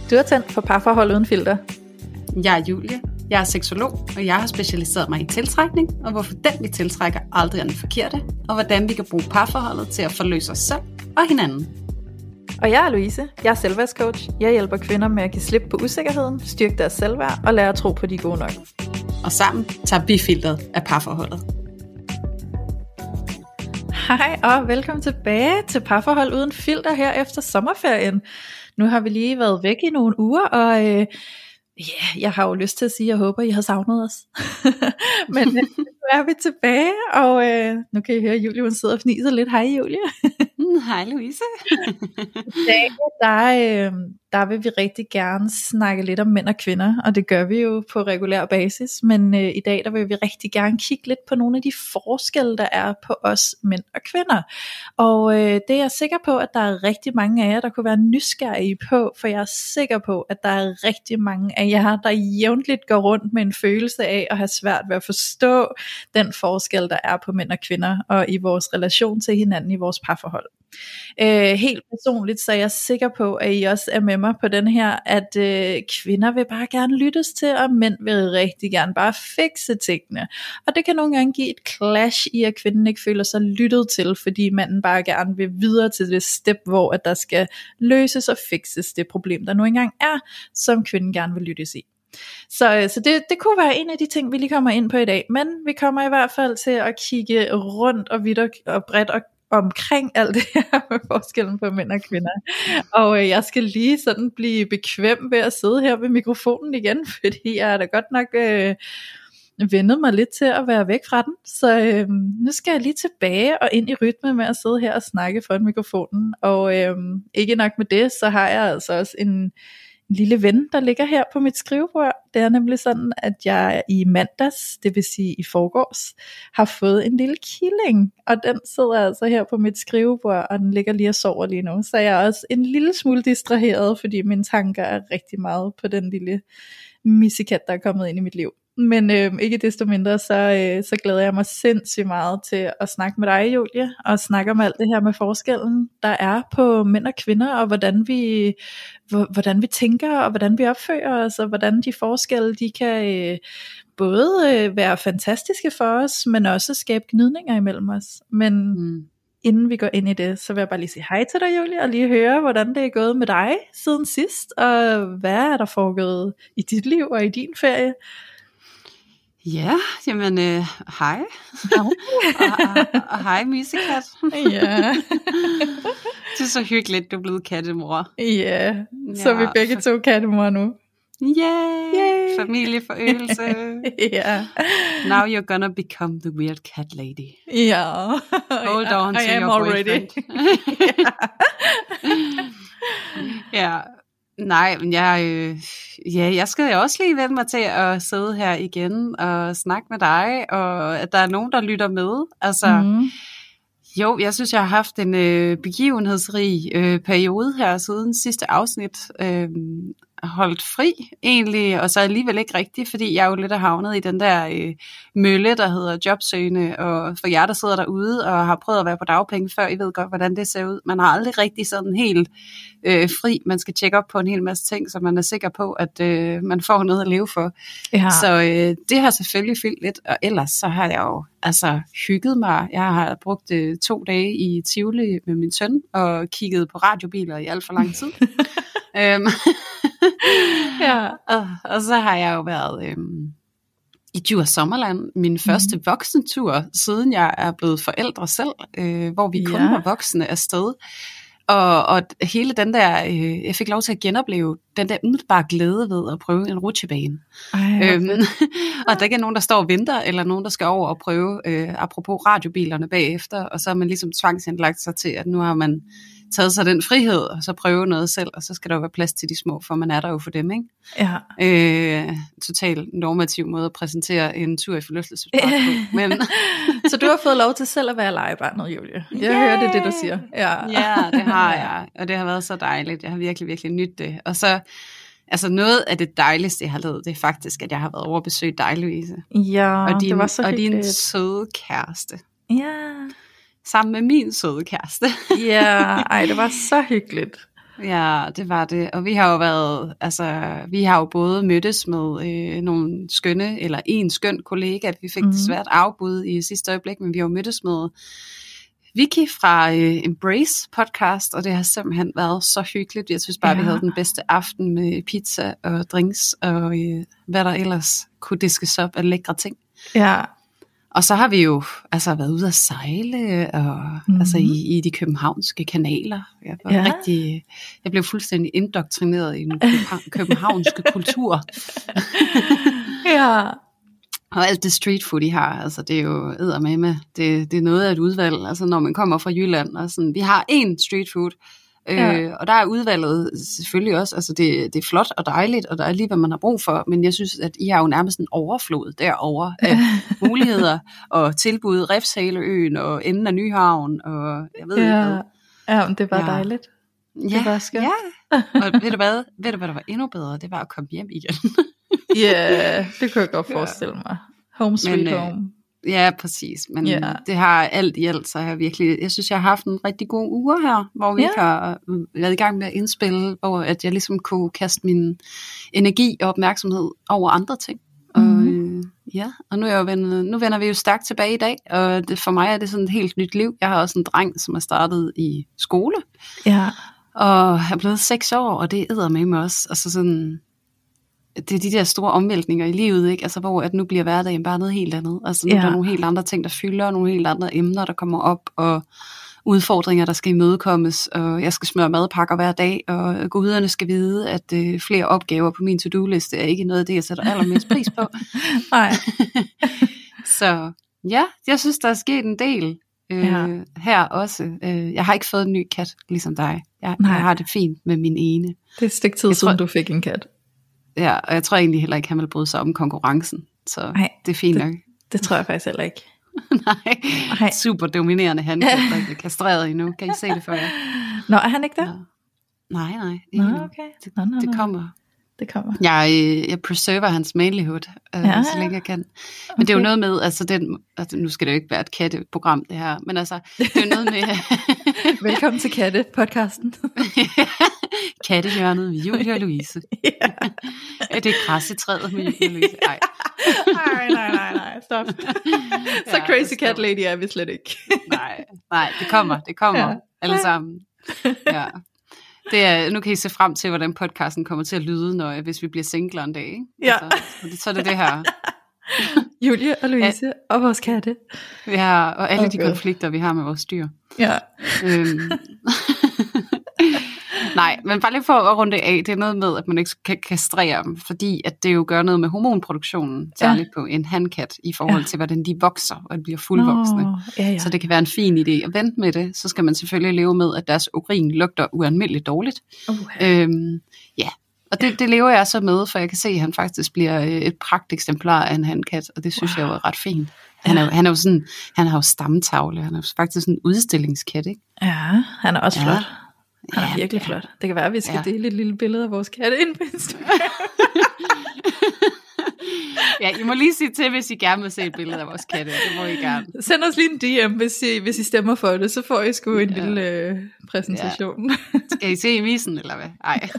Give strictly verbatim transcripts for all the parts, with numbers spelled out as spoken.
Du er tændt for parforhold uden filter. Jeg er Julie. Jeg er seksolog, og jeg har specialiseret mig i tiltrækning, og hvorfor den vi tiltrækker aldrig er den forkerte, og hvordan vi kan bruge parforholdet til at forløse os selv og hinanden. Og jeg er Louise. Jeg er selvværdscoach. Jeg hjælper kvinder med at give slip på usikkerheden, styrke deres selvværd og lære at tro på, de er gode nok. Og sammen tager vi filteret af parforholdet. Hej og velkommen tilbage til Parforhold uden filter her efter sommerferien. Nu har vi lige været væk i nogle uger, og øh, yeah, jeg har jo lyst til at sige, at jeg håber, I har savnet os. Men øh, nu er vi tilbage, og øh, nu kan I høre, at Julie hun sidder og fniser lidt. Hej Julie. Hej Louise. I dag der, øh, der vil vi rigtig gerne snakke lidt om mænd og kvinder, og det gør vi jo på regulær basis, men øh, i dag der vil vi rigtig gerne kigge lidt på nogle af de forskelle, der er på os mænd og kvinder. Og øh, det er jeg sikker på, at der er rigtig mange af jer, der kunne være nysgerrige på, for jeg er sikker på, at der er rigtig mange af jer, der jævnligt går rundt med en følelse af at have svært ved at forstå den forskel, der er på mænd og kvinder, og i vores relation til hinanden i vores parforhold. Øh, helt personligt så er jeg sikker på, at I også er med mig på den her, at øh, kvinder vil bare gerne lyttes til, og mænd vil rigtig gerne bare fikse tingene. Og det kan nogle gange give et clash i, at kvinden ikke føler sig lyttet til, fordi manden bare gerne vil videre til det step, hvor at der skal løses og fikses det problem, der nu engang er, som kvinden gerne vil lyttes i. Så, så det, det kunne være en af de ting, vi lige kommer ind på i dag, men vi kommer i hvert fald til at kigge rundt og vidt og, og bredt og omkring alt det her med forskellen på mænd og kvinder. Og øh, jeg skal lige sådan blive bekvem ved at sidde her ved mikrofonen igen, fordi jeg er da godt nok øh, vendet mig lidt til at være væk fra den. Så øh, nu skal jeg lige tilbage og ind i rytmen med at sidde her og snakke foran mikrofonen. Og øh, ikke nok med det, så har jeg altså også en En lille ven, der ligger her på mit skrivebord. Det er nemlig sådan, at jeg i mandags, det vil sige i forgårs, har fået en lille killing. Og den sidder altså her på mit skrivebord, og den ligger lige og sover lige nu. Så jeg er også en lille smule distraheret, fordi mine tanker er rigtig meget på den lille missekat, der er kommet ind i mit liv. Men øh, ikke desto mindre, så, øh, så glæder jeg mig sindssygt meget til at snakke med dig, Julie, og snakke om alt det her med forskellen, der er på mænd og kvinder, og hvordan vi, hvordan vi tænker, og hvordan vi opfører os, og hvordan de forskelle, de kan øh, både øh, være fantastiske for os, men også skabe gnidninger imellem os. Men mm. inden vi går ind i det, så vil jeg bare lige sige hej til dig, Julie, og lige høre, hvordan det er gået med dig siden sidst, og hvad er der foregået i dit liv og i din ferie? Ja, jamen øh, hej. og, og, og hej Missekat. Ja. Det er så hyggeligt, du er blevet kattemor. Ja, så er vi begge for... to kattemor nu. Yay, Yay. Familieforøgelse. Ja. Now you're gonna become the weird cat lady. Ja. Hold on to I your boyfriend. Ja. Nej, men jeg, øh, ja, jeg skal jo også lige vende mig til at sidde her igen og snakke med dig, og at der er nogen, der lytter med. Altså, mm. jo, jeg synes, jeg har haft en øh, begivenhedsrig øh, periode her siden sidste afsnit. Øh, holdt fri egentlig, og så alligevel ikke rigtigt, fordi jeg er jo lidt er havnet i den der øh, mølle, der hedder jobsøgende, og for jer, der sidder derude og har prøvet at være på dagpenge før, I ved godt, hvordan det ser ud. Man har aldrig rigtig sådan helt øh, fri, man skal tjekke op på en hel masse ting, så man er sikker på, at øh, man får noget at leve for. Ja. Så øh, det har selvfølgelig fyldt lidt, og ellers så har jeg jo altså hygget mig. Jeg har brugt øh, to dage i Tivoli med min søn, og kigget på radiobiler i alt for lang tid. øhm, ja. og, og så har jeg jo været øhm, i Djurs Sommerland, min første mm. voksentur, siden jeg er blevet forældre selv, øh, hvor vi ja. kun var voksne afsted. Og, og hele den der, øh, jeg fik lov til at genopleve den der umiddelbare glæde ved at prøve en rutsjebane. Ej, øhm, og der ikke er nogen, der står og venter, eller nogen, der skal over og prøve, øh, apropos radiobilerne bagefter, og så har man ligesom tvangsindlagt sig til, at nu har man taget sig den frihed, og så prøve noget selv, og så skal der jo være plads til de små, for man er der jo for dem, ikke? Ja. Øh, total normativ måde at præsentere en tur i forlystelsespark på. Men så du har fået lov til selv at være legebarnet, Julie? Jeg yeah. hører det, det du siger. Ja. ja, det har jeg, og det har været så dejligt. Jeg har virkelig, virkelig nydt det. Og så, altså noget af det dejligste, jeg har lavet, det er faktisk, at jeg har været over at besøge dig, Louise. Ja, og din, det var så hyggeligt. Og din søde kæreste. Ja. Sammen med min søde kæreste. Ja, ej, det var så hyggeligt. Ja, det var det. Og vi har jo været, altså, vi har jo både mødtes med øh, nogle skønne, eller en skøn kollega. Vi fik mm. det svært afbud i sidste øjeblik, men vi har jo mødtes med Vicky fra øh, Embrace podcast, og det har simpelthen været så hyggeligt. Jeg synes bare, ja. vi havde den bedste aften med pizza og drinks, og øh, hvad der ellers kunne diskes op af lækre ting. Ja. Og så har vi jo altså været ude at sejle og mm-hmm. altså i, i de københavnske kanaler. Jeg var ja. rigtig, jeg blev fuldstændig indoktrineret i den københavnske kultur. Ja. Og alt det street food, de har, altså det er jo eddermame, det, det er noget af et udvalg. Altså når man kommer fra Jylland, og sådan, vi har én street food, ja. øh, og der er udvalget selvfølgelig også, altså det, det er flot og dejligt, og der er lige, hvad man har brug for, men jeg synes, at I har jo nærmest en overflod derovre af muligheder og tilbud, Refshaleøen og enden af Nyhavn, og jeg ved ja. ikke hvad. Ja, men det var ja. dejligt. Ja, det var skønt. Ja. Og ved du hvad, ved du hvad der var endnu bedre, det var at komme hjem igen. Ja, yeah, det kunne jeg godt forestille mig. Home sweet men, home. Ja, præcis. Men yeah. det har alt i alt, så har jeg virkelig, jeg synes, jeg har haft en rigtig god uge her, hvor vi yeah. har været i gang med at indspille, hvor at jeg ligesom kunne kaste min energi og opmærksomhed over andre ting. Mm-hmm. Og, ja, og nu, er jeg jo vendet, nu vender vi jo stærkt tilbage i dag, og det, for mig er det sådan et helt nyt liv. Jeg har også en dreng, som er startet i skole, ja. og er blevet seks år, og det æder med mig også. Altså sådan, det er de der store omvæltninger i livet, ikke? Altså hvor at nu bliver hverdagen bare noget helt andet. Altså nu ja. er der nogle helt andre ting, der fylder, nogle helt andre emner, der kommer op, og udfordringer, der skal imødekommes, og jeg skal smøre madpakker hver dag, og guderne skal vide, at øh, flere opgaver på min to-do-liste er ikke noget af det, jeg sætter allermest pris på. Nej. Så ja, jeg synes, der er sket en del øh, ja. her også. Øh, jeg har ikke fået en ny kat, ligesom dig. Jeg, jeg har det fint med min ene. Det er et stykke tid siden, du fik en kat. Ja, og jeg tror egentlig heller ikke, han vil bryde sig om konkurrencen. Så Nej, det er fint det, nok. Det tror jeg faktisk heller ikke. Nej, Nej, super dominerende hankat, der ikke er kastreret endnu. Kan I se det for jer? Nå, er han ikke der? Ja. Nej, nej. Ikke Nå, okay. Det, nå, nå, det kommer. Det kommer. Jeg, jeg preserver hans manlyhood, øh, ja, så længe jeg kan. Men okay. det er jo noget med, altså, den, altså nu skal det jo ikke være et katteprogram det her, men altså, det er jo noget med... Velkommen til Katte-podcasten. Kattehjørnet med Julie og Louise. Ja. Er det græssetræet med Julie og Louise? Nej. nej, nej, nej, nej, stop. Så ja, crazy stop. Cat lady er vi slet ikke. nej, nej, det kommer, det kommer, ja. alle sammen. Ja. Det er, nu kan I se frem til, hvordan podcasten kommer til at lyde, når, hvis vi bliver singler en dag. Ikke? Ja. Altså, så er det det her. Julie og Louise ja. og vores katte. Ja, og alle okay. de konflikter, vi har med vores dyr. Ja. Øhm. Nej, men bare lige for at runde af, det er noget med, at man ikke kan kastrere dem, fordi at det jo gør noget med hormonproduktionen, særligt ja. på en hankat, i forhold ja. til, hvordan de vokser og bliver fuldvoksne. Nå, ja, ja. Så det kan være en fin idé at vente med det. Så skal man selvfølgelig leve med, at deres urin lugter ualmindeligt dårligt. Uh-huh. Øhm, ja, og det, det lever jeg så med, for jeg kan se, at han faktisk bliver et pragteksemplar af en hankat, og det synes wow. jeg er ret fint. Han er, jo, han er jo sådan, han har jo stamtavle, han er jo faktisk sådan en udstillingskat, ikke? Ja, han er også ja. flot. Han er ja, virkelig ja. flot. Det kan være, at vi skal ja. dele et lille billede af vores katte ind på Instagram. Ja, I må lige sige til, hvis I gerne vil se et billede af vores katte. Det må I gerne. Send os lige en D M, hvis I, hvis I stemmer for det. Så får I sgu en ja. lille øh, præsentation. Ja. Skal I se i visen, eller hvad? Ej.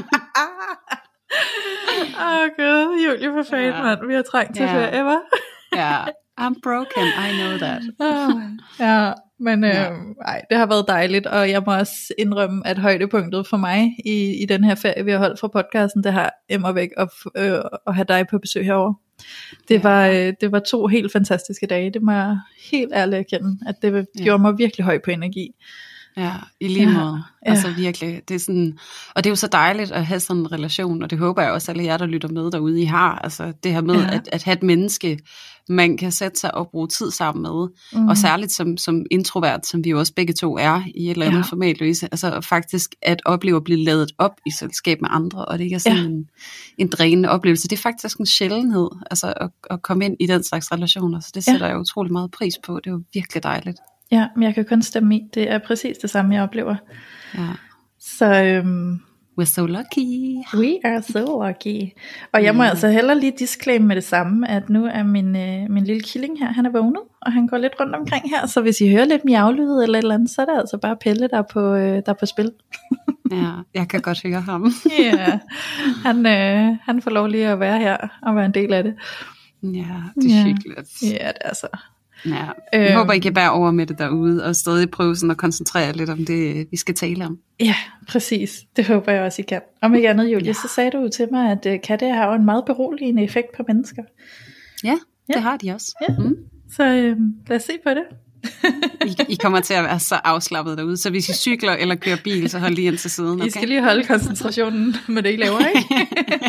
Åh oh, gud, Julie for fanden, ja. mand. Vi har trængt til ja. ferie, hva'? Ja, I'm broken, I know that. oh, ja, men øh, ja. ej, det har været dejligt, og jeg må også indrømme, at højdepunktet for mig i, i den her ferie, vi har holdt fra podcasten, det har immer væk at, øh, at have dig på besøg herovre. Det, ja. var, øh, det var to helt fantastiske dage, det må jeg helt ærligt erkende, at det ja. gjorde mig virkelig høj på energi. Ja, i lige måde. Ja. Altså virkelig. Det er sådan, og det er jo så dejligt at have sådan en relation, og det håber jeg også, alle jer, der lytter med derude, I har. Altså det her med ja. at, at have et menneske, man kan sætte sig og bruge tid sammen med. Mm. Og særligt som, som introvert, som vi jo også begge to er i et eller andet ja. format, Louise. Altså faktisk at opleve at blive ladet op i selskab med andre, og det ikke er sådan ja. en, en drænende oplevelse. Det er faktisk en sjældenhed, altså at, at komme ind i den slags relationer. Så det sætter ja. jeg utrolig meget pris på. Det er jo virkelig dejligt. Ja, men jeg kan kun stemme i. Det er præcis det samme, jeg oplever. Ja. Så øhm, we're so lucky. We are so lucky. Og jeg må mm. altså heller lige disclaim med det samme, at nu er min, øh, min lille killing her, han er vågnet, og han går lidt rundt omkring her, så hvis I hører lidt miavlyd eller et eller andet, så er det altså bare Pelle, der er på, øh, der er på spil. Ja, jeg kan godt høre ham. Ja, han, øh, han får lov lige at være her og være en del af det. Ja, det er ja. hyggeligt. Ja, det er så. Ja, jeg øhm, håber, I kan bære over med det derude, og stadig prøve sådan at koncentrere lidt om det, vi skal tale om. Ja, præcis. Det håber jeg også, I kan. Om ikke andet, Julie, ja. Så sagde du til mig, at uh, katte har en meget beroligende effekt på mennesker. Ja, det ja. har de også. Ja. Mm. Så øh, lad os se på det. I, I kommer til at være så afslappet derude, så hvis I cykler eller kører bil, så hold lige ind til siden. Okay? I skal lige holde koncentrationen med det, I laver, ikke?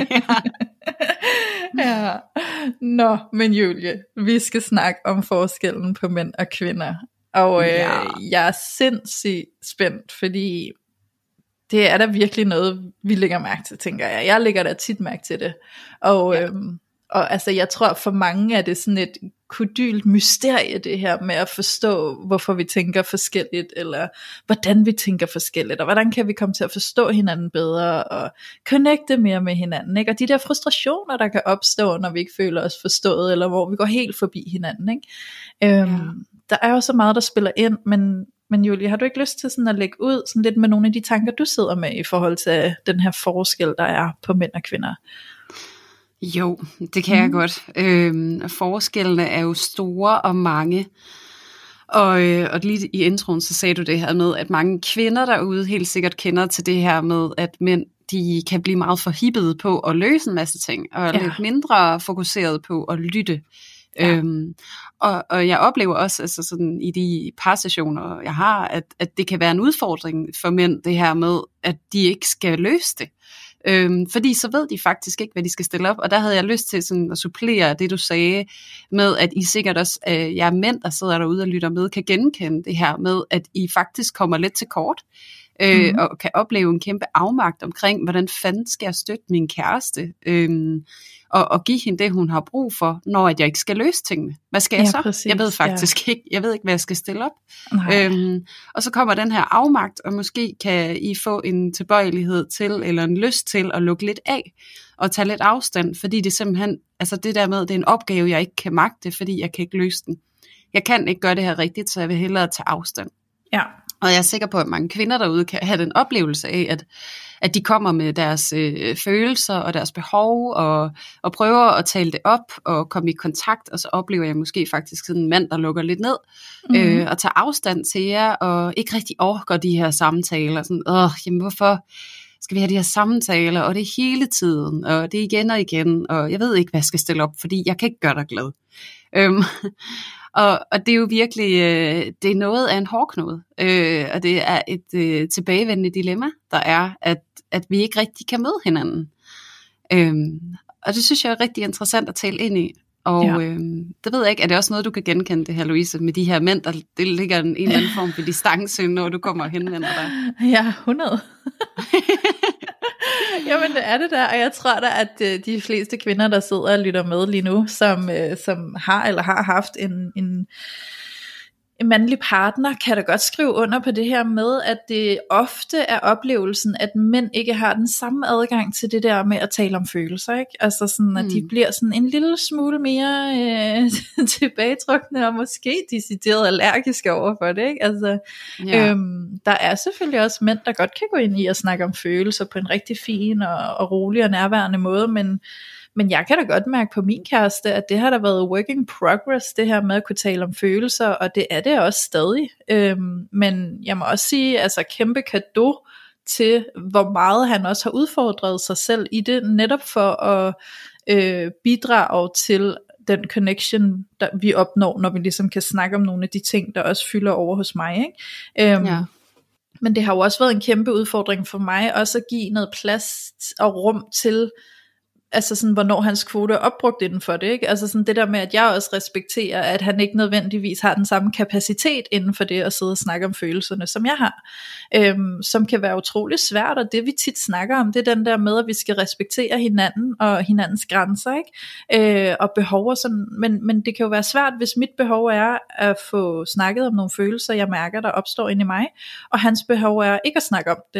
Ja. Ja. Nå, men Julie, vi skal snakke om forskellen på mænd og kvinder. Og øh, ja. jeg er sindssygt spændt, fordi det er da virkelig noget, vi lægger mærke til, tænker jeg. Jeg lægger da tit mærke til det. Og, ja. øhm, og altså, jeg tror for mange er det sådan et kodylt mysterie, det her med at forstå, hvorfor vi tænker forskelligt, eller hvordan vi tænker forskelligt, og hvordan kan vi komme til at forstå hinanden bedre, og connecte mere med hinanden, ikke? Og de der frustrationer, der kan opstå, når vi ikke føler os forstået, eller hvor vi går helt forbi hinanden, ikke? Øhm, ja. Der er jo så meget, der spiller ind, men, men Julie, har du ikke lyst til sådan at lægge ud sådan lidt med nogle af de tanker, du sidder med, i forhold til den her forskel, der er på mænd og kvinder? Jo, det kan mm. jeg godt. Øhm, forskellene er jo store og mange. Og, øh, og lige i introen, så sagde du det her med, at mange kvinder derude helt sikkert kender til det her med, at mænd, de kan blive meget forhippede på at løse en masse ting, og ja. lidt mindre fokuseret på at lytte. Ja. Øhm, og, og jeg oplever også altså sådan, i de parsessioner, jeg har, at, at det kan være en udfordring for mænd, det her med, at de ikke skal løse det. Øhm, fordi så ved de faktisk ikke, hvad de skal stille op, og der havde jeg lyst til sådan at supplere det, du sagde, med at I sikkert også, øh, jer mænd, der sidder derude og lytter med, kan genkende det her med, at I faktisk kommer lidt til kort, øh, mm-hmm. og kan opleve en kæmpe afmagt omkring, hvordan fanden skal jeg støtte min kæreste, øh, og, og give hende det, hun har brug for, når at jeg ikke skal løse tingene. Hvad skal jeg ja, så? Præcis, jeg ved faktisk ja. ikke, jeg ved ikke, hvad jeg skal stille op. Øhm, og så kommer den her afmagt, og måske kan I få en tilbøjelighed til, eller en lyst til at lukke lidt af, og tage lidt afstand, fordi det simpelthen, altså det der med, det er en opgave, jeg ikke kan magte, fordi jeg kan ikke løse den. Jeg kan ikke gøre det her rigtigt, så jeg vil hellere tage afstand. Ja. Og jeg er sikker på, at mange kvinder derude kan have den oplevelse af, at, at de kommer med deres øh, følelser og deres behov, og, og prøver at tale det op, og komme i kontakt, og så oplever jeg måske faktisk sådan en mand, der lukker lidt ned, mm. øh, og tager afstand til jer, og ikke rigtig orker de her samtaler, sådan, åh, jamen hvorfor skal vi have de her samtaler, og det er hele tiden, og det er igen og igen, og jeg ved ikke, hvad jeg skal stille op, fordi jeg kan ikke gøre dig glad. Øhm, Og, og det er jo virkelig, øh, det er noget af en hårdknude, øh, og det er et øh, tilbagevendende dilemma, der er, at, at vi ikke rigtig kan møde hinanden. Øhm, og det synes jeg er rigtig interessant at tale ind i. Og ja. øh, det ved jeg ikke, er det også noget, du kan genkende det her, Louise, med de her mænd, der det ligger en, en eller anden form for distance, når du kommer og henvender dig? Ja, hundrede. Jamen det er det der, og jeg tror da, at de fleste kvinder, der sidder og lytter med lige nu, som, som har eller har haft en, en, en mandlig partner, kan da godt skrive under på det her med, at det ofte er oplevelsen, at mænd ikke har den samme adgang til det der med at tale om følelser, ikke? Altså sådan, at mm. de bliver sådan en lille smule mere øh, tilbagetrukne, og måske decideret allergiske over for det, ikke? Altså, ja. øhm, der er selvfølgelig også mænd, der godt kan gå ind i at snakke om følelser på en rigtig fin og, og rolig og nærværende måde, men Men jeg kan da godt mærke på min kæreste, at det har da været work in progress, det her med at kunne tale om følelser, og det er det også stadig. Øhm, men jeg må også sige, altså kæmpe cadeau til, hvor meget han også har udfordret sig selv i det, netop for at øh, bidrage til den connection, der vi opnår, når vi ligesom kan snakke om nogle af de ting, der også fylder over hos mig, ikke? Øhm, ja. Men det har jo også været en kæmpe udfordring for mig, også at give noget plads og rum til, altså sådan, hvornår hans kvote er opbrugt inden for det, ikke? Altså sådan det der med, at jeg også respekterer, at han ikke nødvendigvis har den samme kapacitet inden for det, at sidde og snakke om følelserne, som jeg har, øhm, som kan være utrolig svært, og det vi tit snakker om, det er den der med, at vi skal respektere hinanden, og hinandens grænser, ikke? Øh, og behov og sådan, men, men det kan jo være svært, hvis mit behov er at få snakket om nogle følelser, jeg mærker, der opstår inde i mig, og hans behov er ikke at snakke om det.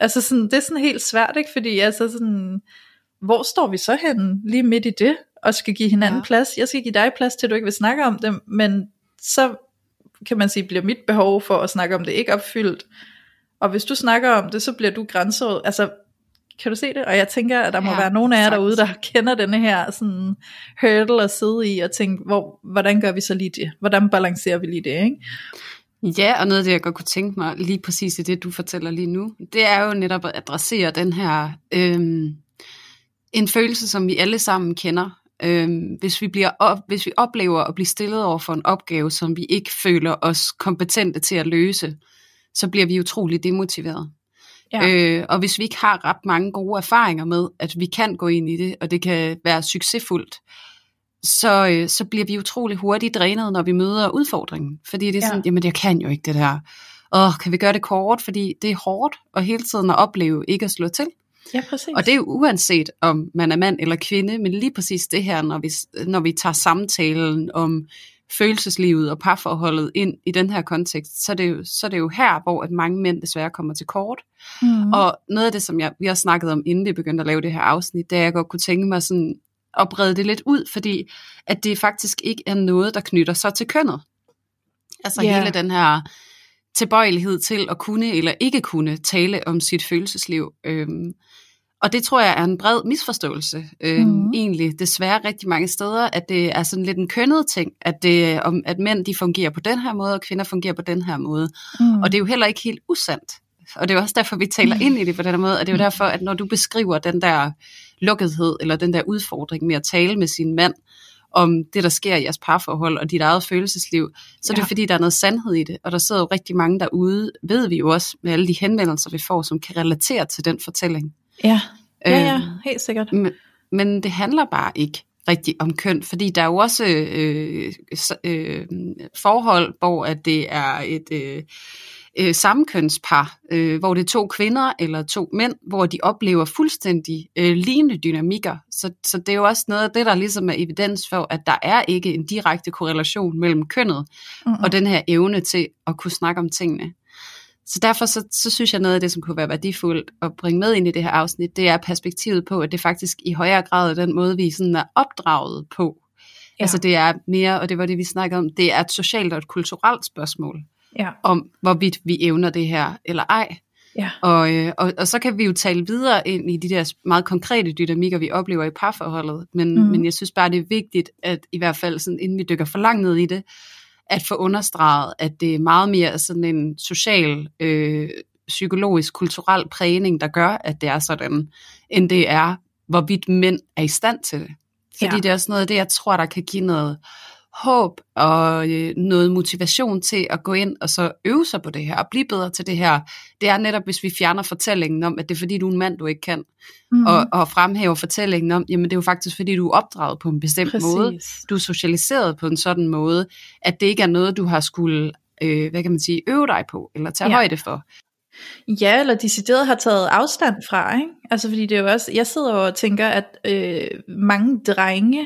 Altså sådan, det er sådan helt svært, ikke? Fordi altså sådan, hvor står vi så henne lige midt i det, og skal give hinanden ja. plads? Jeg skal give dig plads til, at du ikke vil snakke om det, men så kan man sige, bliver mit behov for at snakke om det ikke opfyldt. Og hvis du snakker om det, så bliver du grænseover. Altså, kan du se det? Og jeg tænker, at der må ja, være nogen af jer derude, der kender denne her sådan hurdle at sidde i, og tænke, hvor, hvordan gør vi så lige det? Hvordan balancerer vi lige det, ikke? Ja, og noget af det, jeg godt kunne tænke mig, lige præcis i det, du fortæller lige nu, det er jo netop at adressere den her, øhm, en følelse, som vi alle sammen kender. Øhm, hvis, vi bliver op, hvis vi oplever at blive stillet over for en opgave, som vi ikke føler os kompetente til at løse, så bliver vi utrolig demotiveret. Ja. Øh, og hvis vi ikke har ret mange gode erfaringer med, at vi kan gå ind i det, og det kan være succesfuldt, så, øh, så bliver vi utrolig hurtigt drænet, når vi møder udfordringen. Fordi det er sådan, ja. jamen jeg kan jo ikke det der. Åh, kan vi gøre det kort? Fordi det er hårdt, og hele tiden at opleve ikke at slå til. Ja, præcis. Og det er jo uanset, om man er mand eller kvinde, men lige præcis det her, når vi, når vi tager samtalen om følelseslivet og parforholdet ind i den her kontekst, så er det jo, så er det jo her, hvor at mange mænd desværre kommer til kort. Mm. Og noget af det, som jeg, vi har snakket om, inden vi begyndte at lave det her afsnit, det er, at jeg godt kunne tænke mig sådan at brede det lidt ud, fordi at det faktisk ikke er noget, der knytter sig til kønnet. Altså yeah. hele den her tilbøjelighed til at kunne eller ikke kunne tale om sit følelsesliv. Øhm, og det tror jeg er en bred misforståelse, øhm, mm. egentlig desværre rigtig mange steder, at det er sådan lidt en kønnet ting, at, det, om, at mænd de fungerer på den her måde, og kvinder fungerer på den her måde. Mm. Og det er jo heller ikke helt usandt. Og det er også derfor, vi taler ind i det på den her måde, og det er jo derfor, at når du beskriver den der lukkethed, eller den der udfordring med at tale med sin mand, om det, der sker i jeres parforhold og dit eget følelsesliv, så ja. det er fordi, der er noget sandhed i det, og der sidder jo rigtig mange derude, ved vi jo også, med alle de henvendelser, vi får, som kan relatere til den fortælling. Ja, ja, ja, helt sikkert. Men, men det handler bare ikke rigtig om køn, fordi der er jo også øh, øh, forhold, hvor at det er et øh, øh, samkønspar, øh, hvor det er to kvinder eller to mænd, hvor de oplever fuldstændig øh, lignende dynamikker. Så, så det er jo også noget af det, der ligesom er evidens for, at der er ikke en direkte korrelation mellem kønnet mm-hmm. og den her evne til at kunne snakke om tingene. Så derfor så, så synes jeg, noget af det, som kunne være værdifuldt at bringe med ind i det her afsnit, det er perspektivet på, at det faktisk i højere grad er den måde, vi sådan er opdraget på. Ja. Altså det er mere, og det var det, vi snakkede om, det er et socialt og et kulturelt spørgsmål, ja. om hvorvidt vi evner det her eller ej. Ja. Og, øh, og, og så kan vi jo tale videre ind i de der meget konkrete dynamikker, vi oplever i parforholdet, men, mm. men jeg synes bare, det er vigtigt, at i hvert fald, sådan, inden vi dykker for langt ned i det, at få understreget, at det er meget mere sådan en social, øh, psykologisk, kulturel prægning, der gør, at det er sådan, end det er, hvorvidt mænd er i stand til det. Fordi ja. det er også noget af det, jeg tror, der kan give noget håb og øh, noget motivation til at gå ind og så øve sig på det her, og blive bedre til det her. Det er netop, hvis vi fjerner fortællingen om, at det er fordi, du er en mand, du ikke kan, mm. og, og fremhæver fortællingen om, jamen det er jo faktisk fordi, du er opdraget på en bestemt Præcis. måde. Du er socialiseret på en sådan måde, at det ikke er noget, du har skulle, øh, hvad kan man sige, øve dig på, eller tage ja. højde for. Ja, eller decideret har taget afstand fra, ikke? Altså fordi det er jo også, jeg sidder og tænker, at øh, mange drenge,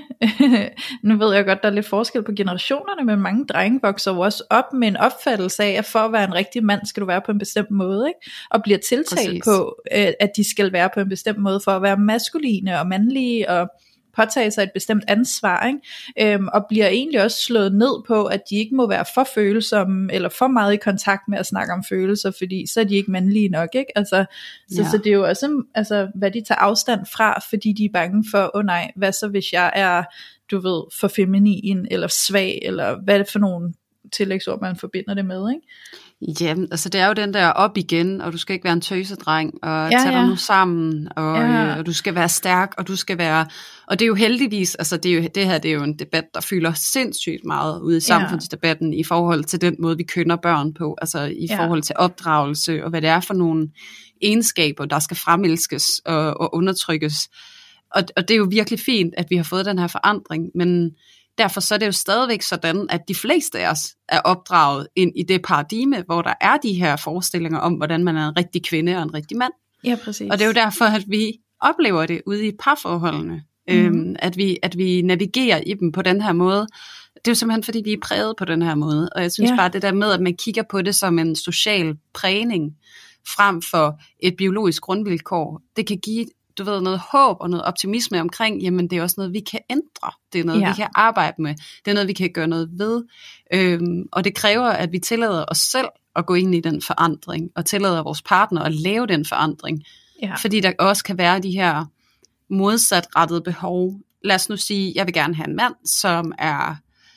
nu ved jeg godt, der er lidt forskel på generationerne, men mange drenge vokser jo også op med en opfattelse af, at for at være en rigtig mand, skal du være på en bestemt måde, ikke? Og bliver tiltalt Præcis. på, øh, at de skal være på en bestemt måde, for at være maskuline og mandlige, og påtage sig et bestemt ansvar, ikke? Øhm, og bliver egentlig også slået ned på, at de ikke må være for følsomme, eller for meget i kontakt med at snakke om følelser, fordi så er de ikke mandlige nok, ikke? Altså, så, ja. så det er jo også, altså, hvad de tager afstand fra, fordi de er bange for, åh oh, nej, hvad så hvis jeg er, du ved, for feminin, eller svag, eller hvad er det for nogle tillægsord, man forbinder det med, ikke? Ja, altså det er jo den der op igen, og du skal ikke være en tøsedreng, og ja, tage dig ja. nu sammen, og, ja. øh, og du skal være stærk, og du skal være, og det er jo heldigvis, altså det, er jo, det her det er jo en debat, der fylder sindssygt meget ude i samfundsdebatten, ja. i forhold til den måde, vi kønner børn på, altså i ja. forhold til opdragelse, og hvad det er for nogle egenskaber, der skal fremelskes og, og undertrykkes, og, og det er jo virkelig fint, at vi har fået den her forandring, men derfor så er det jo stadigvæk sådan, at de fleste af os er opdraget ind i det paradigme, hvor der er de her forestillinger om, hvordan man er en rigtig kvinde og en rigtig mand. Ja, præcis. Og det er jo derfor, at vi oplever det ude i parforholdene, mm. øhm, at, vi, at vi navigerer i dem på den her måde. Det er jo simpelthen, fordi vi er præget på den her måde. Og jeg synes ja. bare, det der med, at man kigger på det som en social prægning, frem for et biologisk grundvilkår. Det kan give, du ved, noget håb og noget optimisme omkring, jamen det er også noget, vi kan ændre. Det er noget, ja. vi kan arbejde med. Det er noget, vi kan gøre noget ved. Øhm, og det kræver, at vi tillader os selv at gå ind i den forandring, og tillader vores partner at lave den forandring. Ja. Fordi der også kan være de her modsatrettede behov. Lad os nu sige, jeg vil gerne have en mand, som er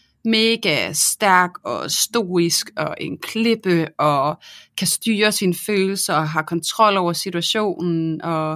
mega stærk og stoisk og en klippe og kan styre sine følelser og har kontrol over situationen, og,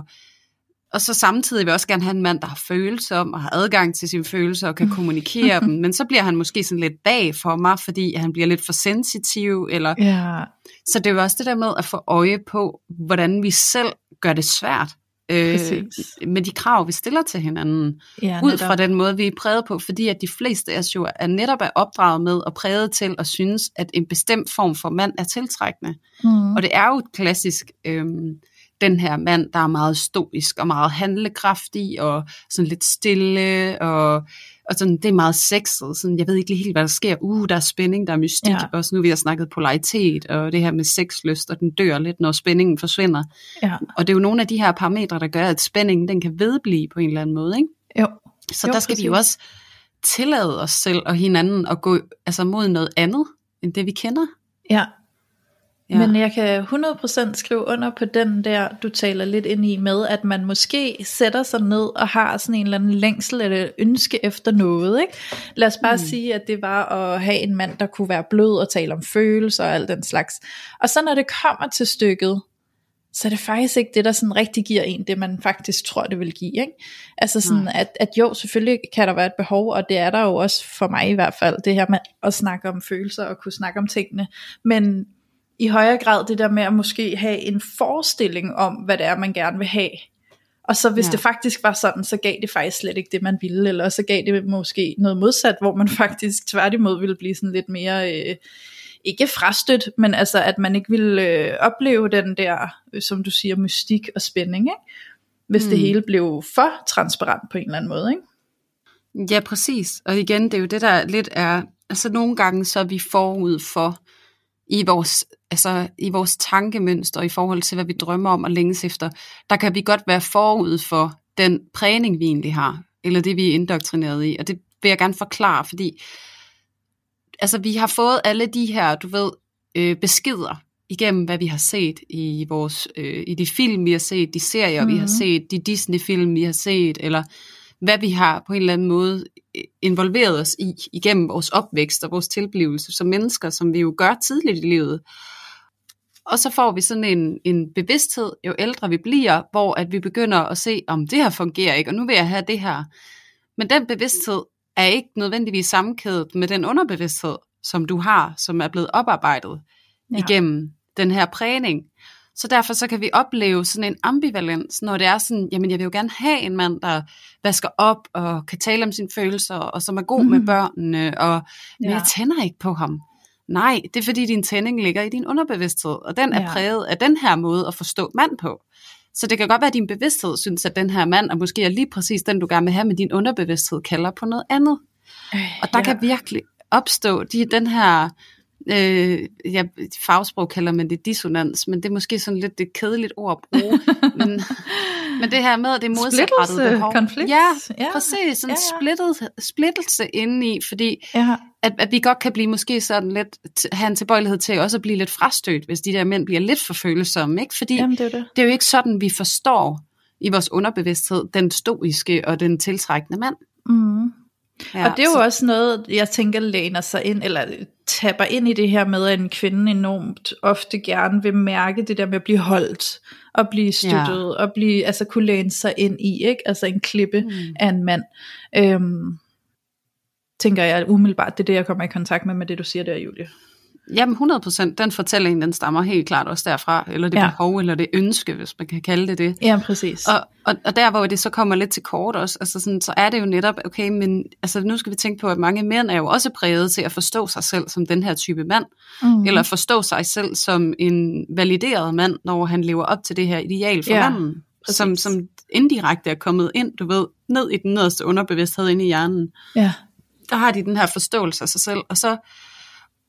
og så samtidig vil jeg også gerne have en mand, der har følelser om og har adgang til sine følelser og kan kommunikere dem, men så bliver han måske sådan lidt bag for mig, fordi han bliver lidt for sensitiv, eller ja. Så det er jo også det der med at få øje på, hvordan vi selv gør det svært øh, med de krav, vi stiller til hinanden, ja, ud fra den måde, vi er præget på, fordi at de fleste af os jo er netop er opdraget med og præget til at synes, at en bestemt form for mand er tiltrækkende. Mm. Og det er jo klassisk øh, den her mand, der er meget stoisk og meget handlekraftig og sådan lidt stille, og, og sådan, det er meget sexet. Sådan, jeg ved ikke lige helt, hvad der sker. Uh, der er spænding, der er mystik. Ja. Også nu vi har snakket polaritet og det her med sexlyst, og den dør lidt, når spændingen forsvinder. Ja. Og det er jo nogle af de her parametre, der gør, at spændingen den kan vedblive på en eller anden måde. Ikke? Jo. Så jo, der skal præcis. Vi jo også tillade os selv og hinanden at gå altså, mod noget andet, end det vi kender. Ja. Ja. Men jeg kan hundrede procent skrive under på den der, du taler lidt ind i med, at man måske sætter sig ned og har sådan en eller anden længsel eller ønske efter noget, ikke? Lad os bare mm. sige, at det var at have en mand, der kunne være blød og tale om følelser og alt den slags. Og så når det kommer til stykket, så er det faktisk ikke det, der sådan rigtig giver en det, man faktisk tror, det vil give, ikke? Altså sådan, at, at jo, selvfølgelig kan der være et behov, og det er der jo også for mig i hvert fald, det her med at snakke om følelser og kunne snakke om tingene, men i højere grad det der med at måske have en forestilling om, hvad det er, man gerne vil have. Og så hvis ja. det faktisk var sådan, så gav det faktisk slet ikke det, man ville, eller så gav det måske noget modsat, hvor man faktisk tværtimod ville blive sådan lidt mere, øh, ikke frastødt, men altså at man ikke ville øh, opleve den der, øh, som du siger, mystik og spænding, ikke? Hvis mm. det hele blev for transparent på en eller anden måde, ikke? Ja, præcis. Og igen, det er jo det, der lidt er, altså nogle gange så er vi forud for, i vores, altså i vores tankemønster i forhold til, hvad vi drømmer om og længes efter, der kan vi godt være forud for den prægning, vi egentlig har, eller det, vi er indoktrineret i. Og det vil jeg gerne forklare, fordi altså, vi har fået alle de her, du ved, øh, beskeder igennem, hvad vi har set i, vores, øh, i de film, vi har set, de serier, mm-hmm. vi har set, de Disney-film, vi har set, eller hvad vi har på en eller anden måde involveret os i, igennem vores opvækst og vores tilblivelse som mennesker, som vi jo gør tidligt i livet. Og så får vi sådan en, en bevidsthed, jo ældre vi bliver, hvor at vi begynder at se, om det her fungerer ikke, og nu vil jeg have det her. Men den bevidsthed er ikke nødvendigvis sammenkædet med den underbevidsthed, som du har, som er blevet oparbejdet ja. igennem den her prægning. Så derfor så kan vi opleve sådan en ambivalens, når det er sådan, jamen jeg vil jo gerne have en mand, der vasker op og kan tale om sine følelser, og som er god mm. med børnene, og men ja. jeg tænder ikke på ham. Nej, det er fordi din tænding ligger i din underbevidsthed, og den er ja. præget af den her måde at forstå mand på. Så det kan godt være, at din bevidsthed synes, at den her mand er måske er lige præcis den, du gerne vil have, med din underbevidsthed kalder på noget andet. Øh, og der ja. kan virkelig opstå de, den her... Øh, ja, fagsprog kalder man det dissonans, men det er måske sådan lidt det kedeligt ord at bruge. men, men det her med, at det er modsatrettede behov. Konflikt. Ja, ja, præcis. Sådan ja, ja. Splittet, splittelse indeni, fordi ja. at, at vi godt kan blive måske sådan lidt, have en tilbøjelighed til også at blive lidt frastødt, hvis de der mænd bliver lidt for følsomme, ikke? Fordi Jamen, det, er det. det er jo ikke sådan, vi forstår i vores underbevidsthed den stoiske og den tiltrækkende mand. Mm. Ja, og det er jo så... også noget, jeg tænker læner sig ind, eller tapper ind i det her med, at en kvinde enormt ofte gerne vil mærke det der med at blive holdt, og blive støttet, ja. og blive, altså kunne læne sig ind i, ikke? Altså en klippe mm. af en mand. Øhm, tænker jeg umiddelbart, det er det, jeg kommer i kontakt med, med det du siger der, Julie. Jamen hundrede procent, den fortælling, den stammer helt klart også derfra, eller det ja. behov, eller det ønske, hvis man kan kalde det det. Ja, præcis. Og, og, og der, hvor det så kommer lidt til kort også, altså sådan, så er det jo netop, okay, men altså, nu skal vi tænke på, at mange mænd er jo også præget til at forstå sig selv som den her type mand, mm. eller forstå sig selv som en valideret mand, når han lever op til det her ideal for ja, manden, som, som indirekte er kommet ind, du ved, ned i den nederste underbevidsthed inde i hjernen. Ja. Der har de den her forståelse af sig selv, og så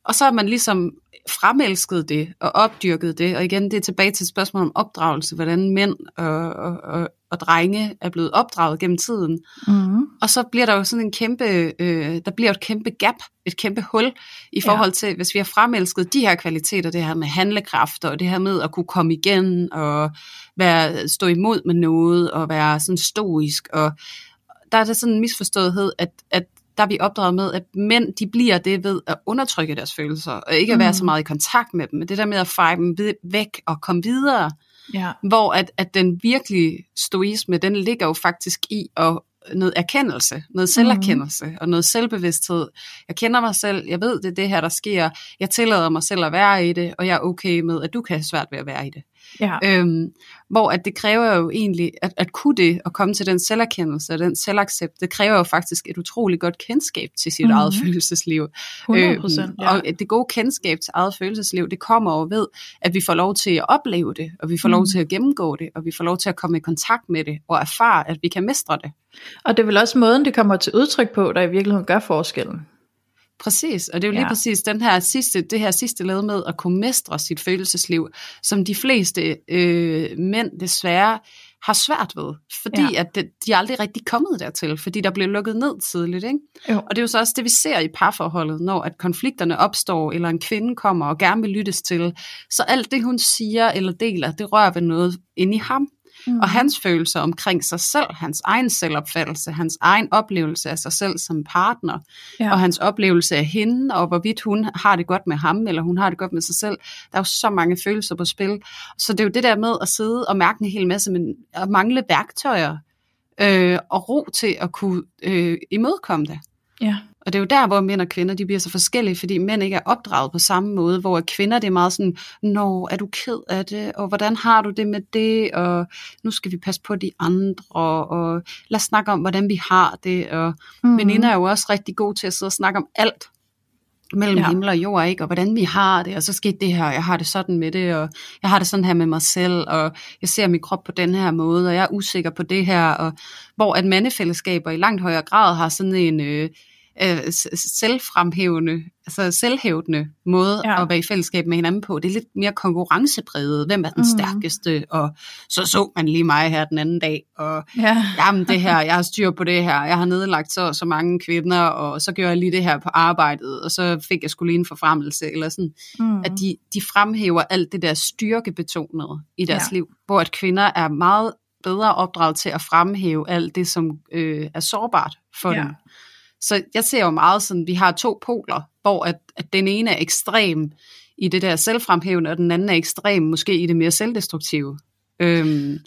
og så har man ligesom fremelsket det og opdyrket det, og igen, det er tilbage til et spørgsmål om opdragelse, hvordan mænd og, og, og, og drenge er blevet opdraget gennem tiden. Mm. Og så bliver der jo sådan en kæmpe, øh, der bliver et kæmpe gap, et kæmpe hul i forhold til, ja. Hvis vi har fremelsket de her kvaliteter, det her med handlekraft, og det her med at kunne komme igen, og være, stå imod med noget, og være sådan stoisk, og der er der sådan en misforståethed, at, at der er vi opdraget med, at mænd, de bliver det ved at undertrykke deres følelser, og ikke at være mm. så meget i kontakt med dem, men det der med at feje dem væk og komme videre, ja. Hvor at, at den virkelige stoisme, den ligger jo faktisk i at noget erkendelse, noget selverkendelse mm. og noget selvbevidsthed. Jeg kender mig selv, jeg ved, det er det her, der sker, jeg tillader mig selv at være i det, og jeg er okay med, at du kan have svært ved at være i det. Ja. Øhm, hvor at det kræver jo egentlig, at, at kunne det, og komme til den selverkendelse og den selvaccept, det kræver jo faktisk et utroligt godt kendskab til sit mm-hmm. eget følelsesliv. hundrede procent, øhm, ja. Og det gode kendskab til eget følelsesliv, det kommer jo ved, at vi får lov til at opleve det, og vi får mm. lov til at gennemgå det, og vi får lov til at komme i kontakt med det, og erfare, at vi kan mestre det. Og det er vel også måden, det kommer til udtryk på, der i virkeligheden gør forskellen. Præcis, og det er jo lige ja. præcis den her sidste, det her sidste led med at kunne mestre sit følelsesliv, som de fleste øh, mænd desværre har svært ved, fordi ja. at det, de er aldrig rigtig kommet dertil, fordi der blev lukket ned tidligt, ikke? Og det er jo så også det, vi ser i parforholdet, når at konflikterne opstår, eller en kvinde kommer og gerne vil lyttes til, så alt det, hun siger eller deler, det rører ved noget inde i ham. Mm. Og hans følelser omkring sig selv, hans egen selvopfattelse, hans egen oplevelse af sig selv som partner, ja. Og hans oplevelse af hende, og hvorvidt hun har det godt med ham, eller hun har det godt med sig selv. Der er jo så mange følelser på spil. Så det er jo det der med at sidde og mærke en hel masse, men at mangle værktøjer øh, og ro til at kunne øh, imødekomme det. Ja. Og det er jo der, hvor mænd og kvinder, de bliver så forskellige, fordi mænd ikke er opdraget på samme måde, hvor kvinder, det er meget sådan, nå, er du ked af det, og hvordan har du det med det, og nu skal vi passe på de andre, og lad os snakke om, hvordan vi har det, og mm-hmm. veninder er jo også rigtig gode til at sidde og snakke om alt, mellem ja. himmel og jord, ikke? Og hvordan vi har det, og så skete det her, jeg har det sådan med det, og jeg har det sådan her med mig selv, og jeg ser min krop på den her måde, og jeg er usikker på det her, og hvor at mandefællesskaber i langt højere grad har sådan en øh, øh, selvfremhævende, altså selvhævdende måde ja. at være i fællesskab med hinanden på. Det er lidt mere konkurrencepræget, hvem er den mm. stærkeste, og så så man lige mig her den anden dag, og ja. jamen det her, jeg har styr på det her, jeg har nedlagt så så mange kvinder, og så gør jeg lige det her på arbejdet, og så fik jeg sgu lige en forfremmelse, eller sådan, mm. at de, de fremhæver alt det der styrkebetonet i deres ja. liv, hvor at kvinder er meget bedre opdraget til at fremhæve alt det, som øh, er sårbart for ja. dem. Så jeg ser jo meget sådan, vi har to poler, hvor at, at den ene er ekstrem i det der selvfremhævende, og den anden er ekstrem måske i det mere selvdestruktive. Øhm.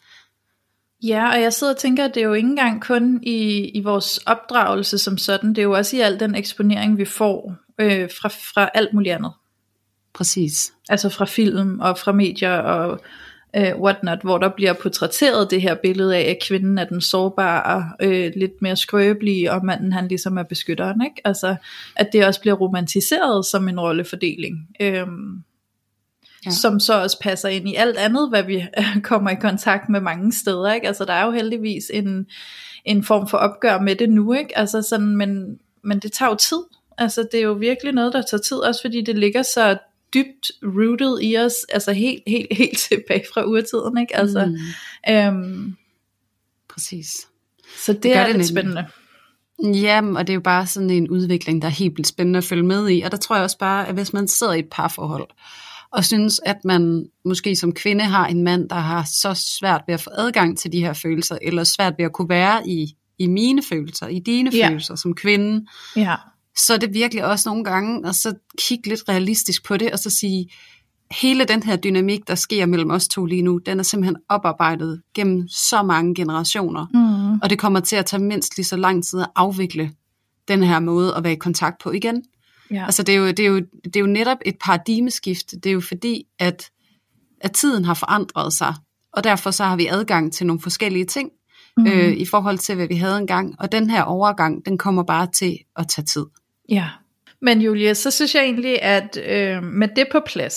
Ja, og jeg sidder og tænker, at det er jo ikke engang kun i, i vores opdragelse som sådan, det er jo også i al den eksponering, vi får øh, fra, fra alt muligt andet. Præcis. Altså fra film og fra medier og Uh, whatnot, hvor der bliver portrætteret det her billede af, at kvinden er den sårbare, øh, lidt mere skrøbelige, og manden han ligesom er beskytteren, ikke? Altså, at det også bliver romantiseret som en rollefordeling, øhm, ja. som så også passer ind i alt andet, hvad vi kommer i kontakt med mange steder, ikke? Altså, der er jo heldigvis en, en form for opgør med det nu, ikke? Altså sådan, men, men det tager jo tid. Altså, det er jo virkelig noget, der tager tid, også fordi det ligger så dybt rooted i os, altså helt, helt, helt tilbage fra urtiden, ikke? Altså, mm. øhm, præcis. Så det, det er det lidt spændende. Jamen, og det er jo bare sådan en udvikling, der er helt vildt spændende at følge med i, og der tror jeg også bare, at hvis man sidder i et parforhold, og synes, at man måske som kvinde har en mand, der har så svært ved at få adgang til de her følelser, eller svært ved at kunne være i, i mine følelser, i dine ja. følelser som kvinde, ja. så er det virkelig også nogle gange, og så kigge lidt realistisk på det, og så sige, hele den her dynamik, der sker mellem os to lige nu, den er simpelthen oparbejdet gennem så mange generationer, mm. og det kommer til at tage mindst lige så lang tid at afvikle den her måde at være i kontakt på igen. Ja. Altså det er, jo, det, er jo, det er jo netop et paradigmeskift, det er jo fordi, at, at tiden har forandret sig, og derfor så har vi adgang til nogle forskellige ting, mm. øh, i forhold til, hvad vi havde engang, og den her overgang, den kommer bare til at tage tid. Ja, men Julie, så synes jeg egentlig, at øh, med det på plads,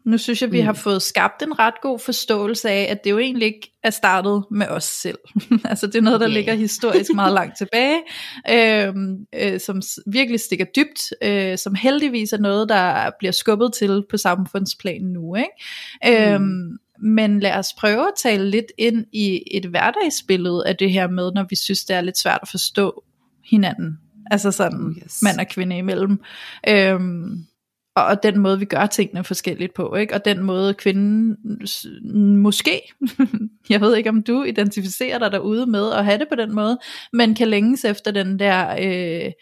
Nu synes jeg, vi Mm. har fået skabt en ret god forståelse af, at det jo egentlig ikke er startet med os selv. Altså det er noget, der Yeah. ligger historisk meget langt tilbage, øh, øh, som s- virkelig stikker dybt, øh, som heldigvis er noget, der bliver skubbet til på samfundsplan nu, ikke? Mm. Øh, men lad os prøve at tale lidt ind i et hverdagsbillede af det her med, når vi synes, det er lidt svært at forstå hinanden. Altså sådan Oh, yes. mand og kvinde imellem. Øh, Og, og den måde vi gør tingene forskelligt på, ikke? Og den måde kvinden s- måske, jeg ved ikke om du identificerer dig derude med at have det på den måde, men kan længes efter den der, øh,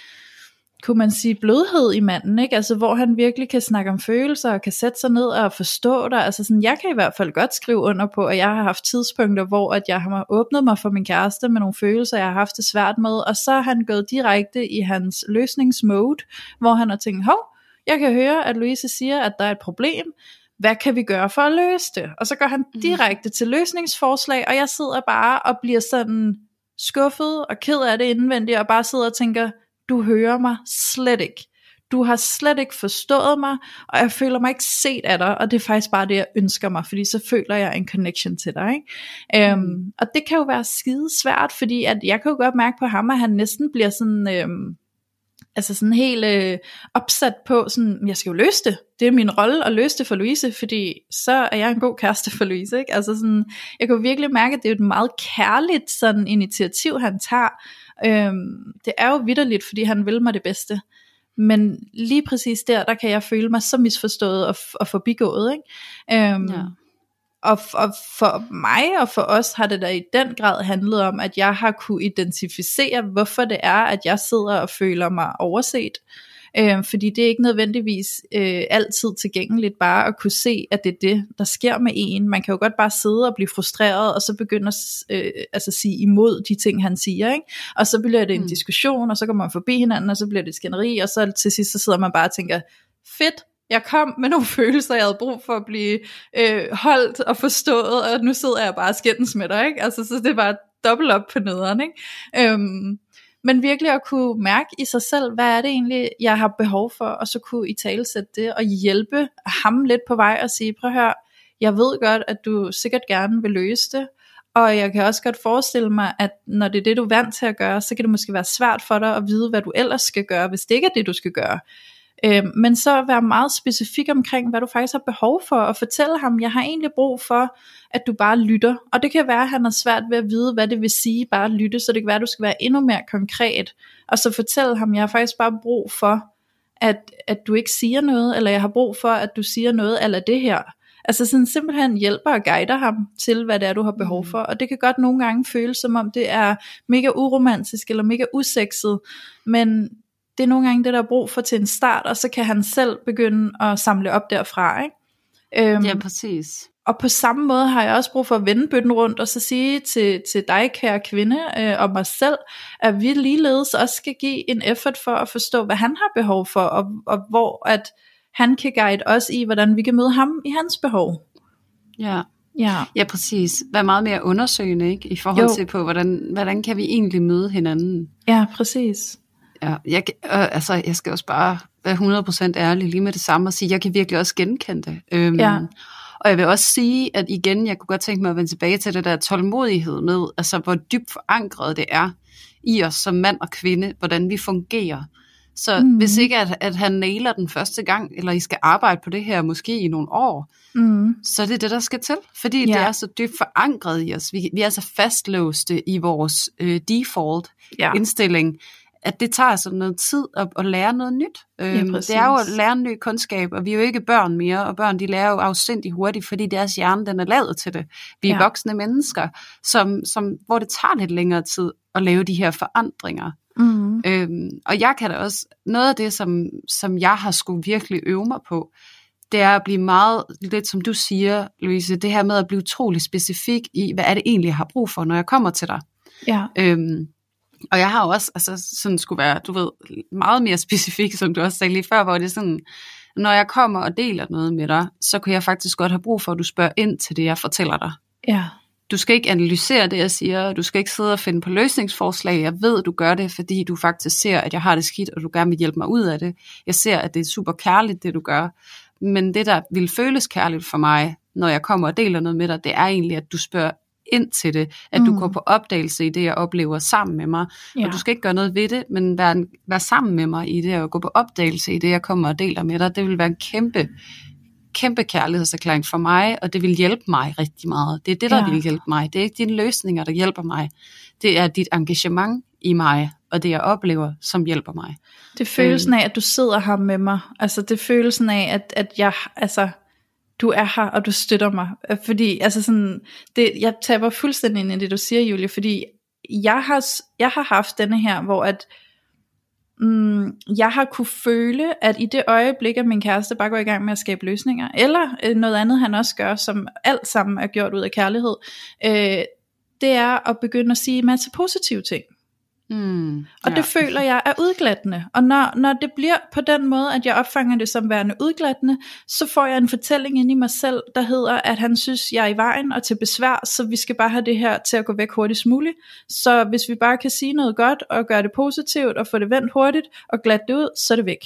kunne man sige, blødhed i manden, ikke? Altså hvor han virkelig kan snakke om følelser og kan sætte sig ned og forstå dig. Altså sådan, jeg kan i hvert fald godt skrive under på, at jeg har haft tidspunkter, hvor at jeg har åbnet mig for min kæreste med nogle følelser, jeg har haft det svært med, og så har han gået direkte i hans løsningsmode, hvor han har tænkt, hov, jeg kan høre, at Louise siger, at der er et problem. Hvad kan vi gøre for at løse det? Og så går han direkte til løsningsforslag, og jeg sidder bare og bliver sådan skuffet og ked af det indvendigt, og bare sidder og tænker, du hører mig slet ikke. Du har slet ikke forstået mig, og jeg føler mig ikke set af dig, og det er faktisk bare det, jeg ønsker mig, fordi så føler jeg en connection til dig, ikke? Mm. Øhm, og det kan jo være skide svært, fordi at jeg kan jo godt mærke på ham, at han næsten bliver sådan... Øhm, altså sådan helt øh, opsat på, sådan, jeg skal jo løse det, det er min rolle at løse det for Louise, fordi så er jeg en god kæreste for Louise, ikke? Altså sådan, jeg kan jo virkelig mærke, at det er et meget kærligt sådan initiativ, han tager. Øhm, det er jo vitterligt, fordi han vil mig det bedste, men lige præcis der, der kan jeg føle mig så misforstået og, og forbigået, ikke? Øhm, ja. Og, og for mig og for os har det da i den grad handlet om, at jeg har kunne identificere, hvorfor det er, at jeg sidder og føler mig overset. Øh, fordi det er ikke nødvendigvis øh, altid tilgængeligt bare at kunne se, at det er det, der sker med en. Man kan jo godt bare sidde og blive frustreret, og så begynde at øh, altså sige imod de ting, han siger, ikke? Og så bliver det en mm. diskussion, og så går man forbi hinanden, og så bliver det skænderi, og så til sidst så sidder man bare og tænker, fedt, jeg kom med nogle følelser, jeg havde brug for at blive øh, holdt og forstået, og nu sidder jeg bare og skændes med dig, ikke? Altså, så det er bare dobbelt op på nederen, ikke? Øhm, men virkelig at kunne mærke i sig selv, hvad er det egentlig, jeg har behov for, og så kunne italesætte det, og hjælpe ham lidt på vej, og sige, prøv at høre, jeg ved godt, at du sikkert gerne vil løse det, og jeg kan også godt forestille mig, at når det er det, du er vant til at gøre, så kan det måske være svært for dig at vide, hvad du ellers skal gøre, hvis det ikke er det, du skal gøre. Øh, men så være meget specifik omkring, hvad du faktisk har behov for, og fortælle ham, jeg har egentlig brug for, at du bare lytter. Og det kan være, at han har svært ved at vide, hvad det vil sige, bare at lytte, så det kan være, at du skal være endnu mere konkret, og så fortælle ham, jeg har faktisk bare brug for, at, at du ikke siger noget, eller jeg har brug for, at du siger noget, eller det her. Altså sådan simpelthen hjælper og guider ham til, hvad det er, du har behov for. Og det kan godt nogle gange føles, som om det er mega uromantisk, eller mega usekset, men det er nogle gange det, der er brug for til en start, og så kan han selv begynde at samle op derfra, ikke? Øhm, ja, præcis. Og på samme måde har jeg også brug for at vende bøtten rundt, og så sige til, til dig, kære kvinde, øh, og mig selv, at vi ligeledes også skal give en effort for at forstå, hvad han har behov for, og, og hvor at han kan guide os i, hvordan vi kan møde ham i hans behov. Ja. Ja. Ja, præcis. Vær meget mere undersøgende, ikke? I forhold Jo. til på, hvordan, hvordan kan vi egentlig møde hinanden? Ja, præcis. Ja, jeg, øh, altså, jeg skal også bare være hundrede procent ærlig lige med det samme og sige, jeg kan virkelig også genkende det. Øhm, Ja. Og jeg vil også sige, at igen, jeg kunne godt tænke mig at vende tilbage til det der tålmodighed med, altså hvor dybt forankret det er i os som mand og kvinde, hvordan vi fungerer. Så mm. hvis ikke at, at han nailer den første gang, eller I skal arbejde på det her måske i nogle år, mm. så er det det, der skal til. Fordi ja. det er så dybt forankret i os. Vi, vi er så fastlåste i vores øh, default ja. indstilling, at det tager sådan noget tid at, at lære noget nyt. Øhm, det er jo at lære en ny kundskab, og vi er jo ikke børn mere, og børn de lærer jo afsindigt hurtigt, fordi deres hjerne den er lavet til det. Vi er ja. voksne mennesker, som, som, hvor det tager lidt længere tid at lave de her forandringer. Mm. Øhm, og jeg kan da også, noget af det, som, som jeg har skulle virkelig øve mig på, det er at blive meget, lidt som du siger, Louise, det her med at blive utrolig specifik i, hvad er det egentlig, jeg har brug for, når jeg kommer til dig. Ja. Øhm, Og jeg har jo også, altså sådan skulle være, du ved, meget mere specifik, som du også sagde lige før, hvor det er sådan, når jeg kommer og deler noget med dig, så kan jeg faktisk godt have brug for, at du spørger ind til det, jeg fortæller dig. Ja. Du skal ikke analysere det, jeg siger, du skal ikke sidde og finde på løsningsforslag, jeg ved, du gør det, fordi du faktisk ser, at jeg har det skidt, og du gerne vil hjælpe mig ud af det. Jeg ser, at det er super kærligt, det du gør, Men det, der vil føles kærligt for mig, når jeg kommer og deler noget med dig, det er egentlig, at du spørger ind til det, at mm. du går på opdagelse i det, jeg oplever sammen med mig, ja. Og du skal ikke gøre noget ved det, men være, være sammen med mig i det, og gå på opdagelse i det, jeg kommer og deler med dig. Det vil være en kæmpe, kæmpe kærlighedserklæring for mig, og det vil hjælpe mig rigtig meget. Det er det, der ja. vil hjælpe mig. Det er ikke dine løsninger, der hjælper mig. Det er dit engagement i mig, og det, jeg oplever, som hjælper mig. Det er følelsen af, at du sidder her med mig. Altså, det er følelsen af, at, at jeg, altså, du er her, og du støtter mig. Fordi, altså sådan, det, jeg taber fuldstændig ind i det, du siger, Julie, fordi jeg har, jeg har haft denne her, hvor at, mm, jeg har kunne føle, at i det øjeblik, at min kæreste bare går i gang med at skabe løsninger, eller noget andet, han også gør, som alt sammen er gjort ud af kærlighed, øh, det er at begynde at sige en masse positive ting. Mm, og ja. Det føler jeg er udglattende. Og når, når det bliver på den måde, at jeg opfanger det som værende udglattende, så får jeg en fortælling inde i mig selv, der hedder, at han synes, jeg er i vejen og til besvær, så vi skal bare have det her til at gå væk hurtigst muligt. Så hvis vi bare kan sige noget godt og gøre det positivt og få det vendt hurtigt og glatte det ud, så er det væk.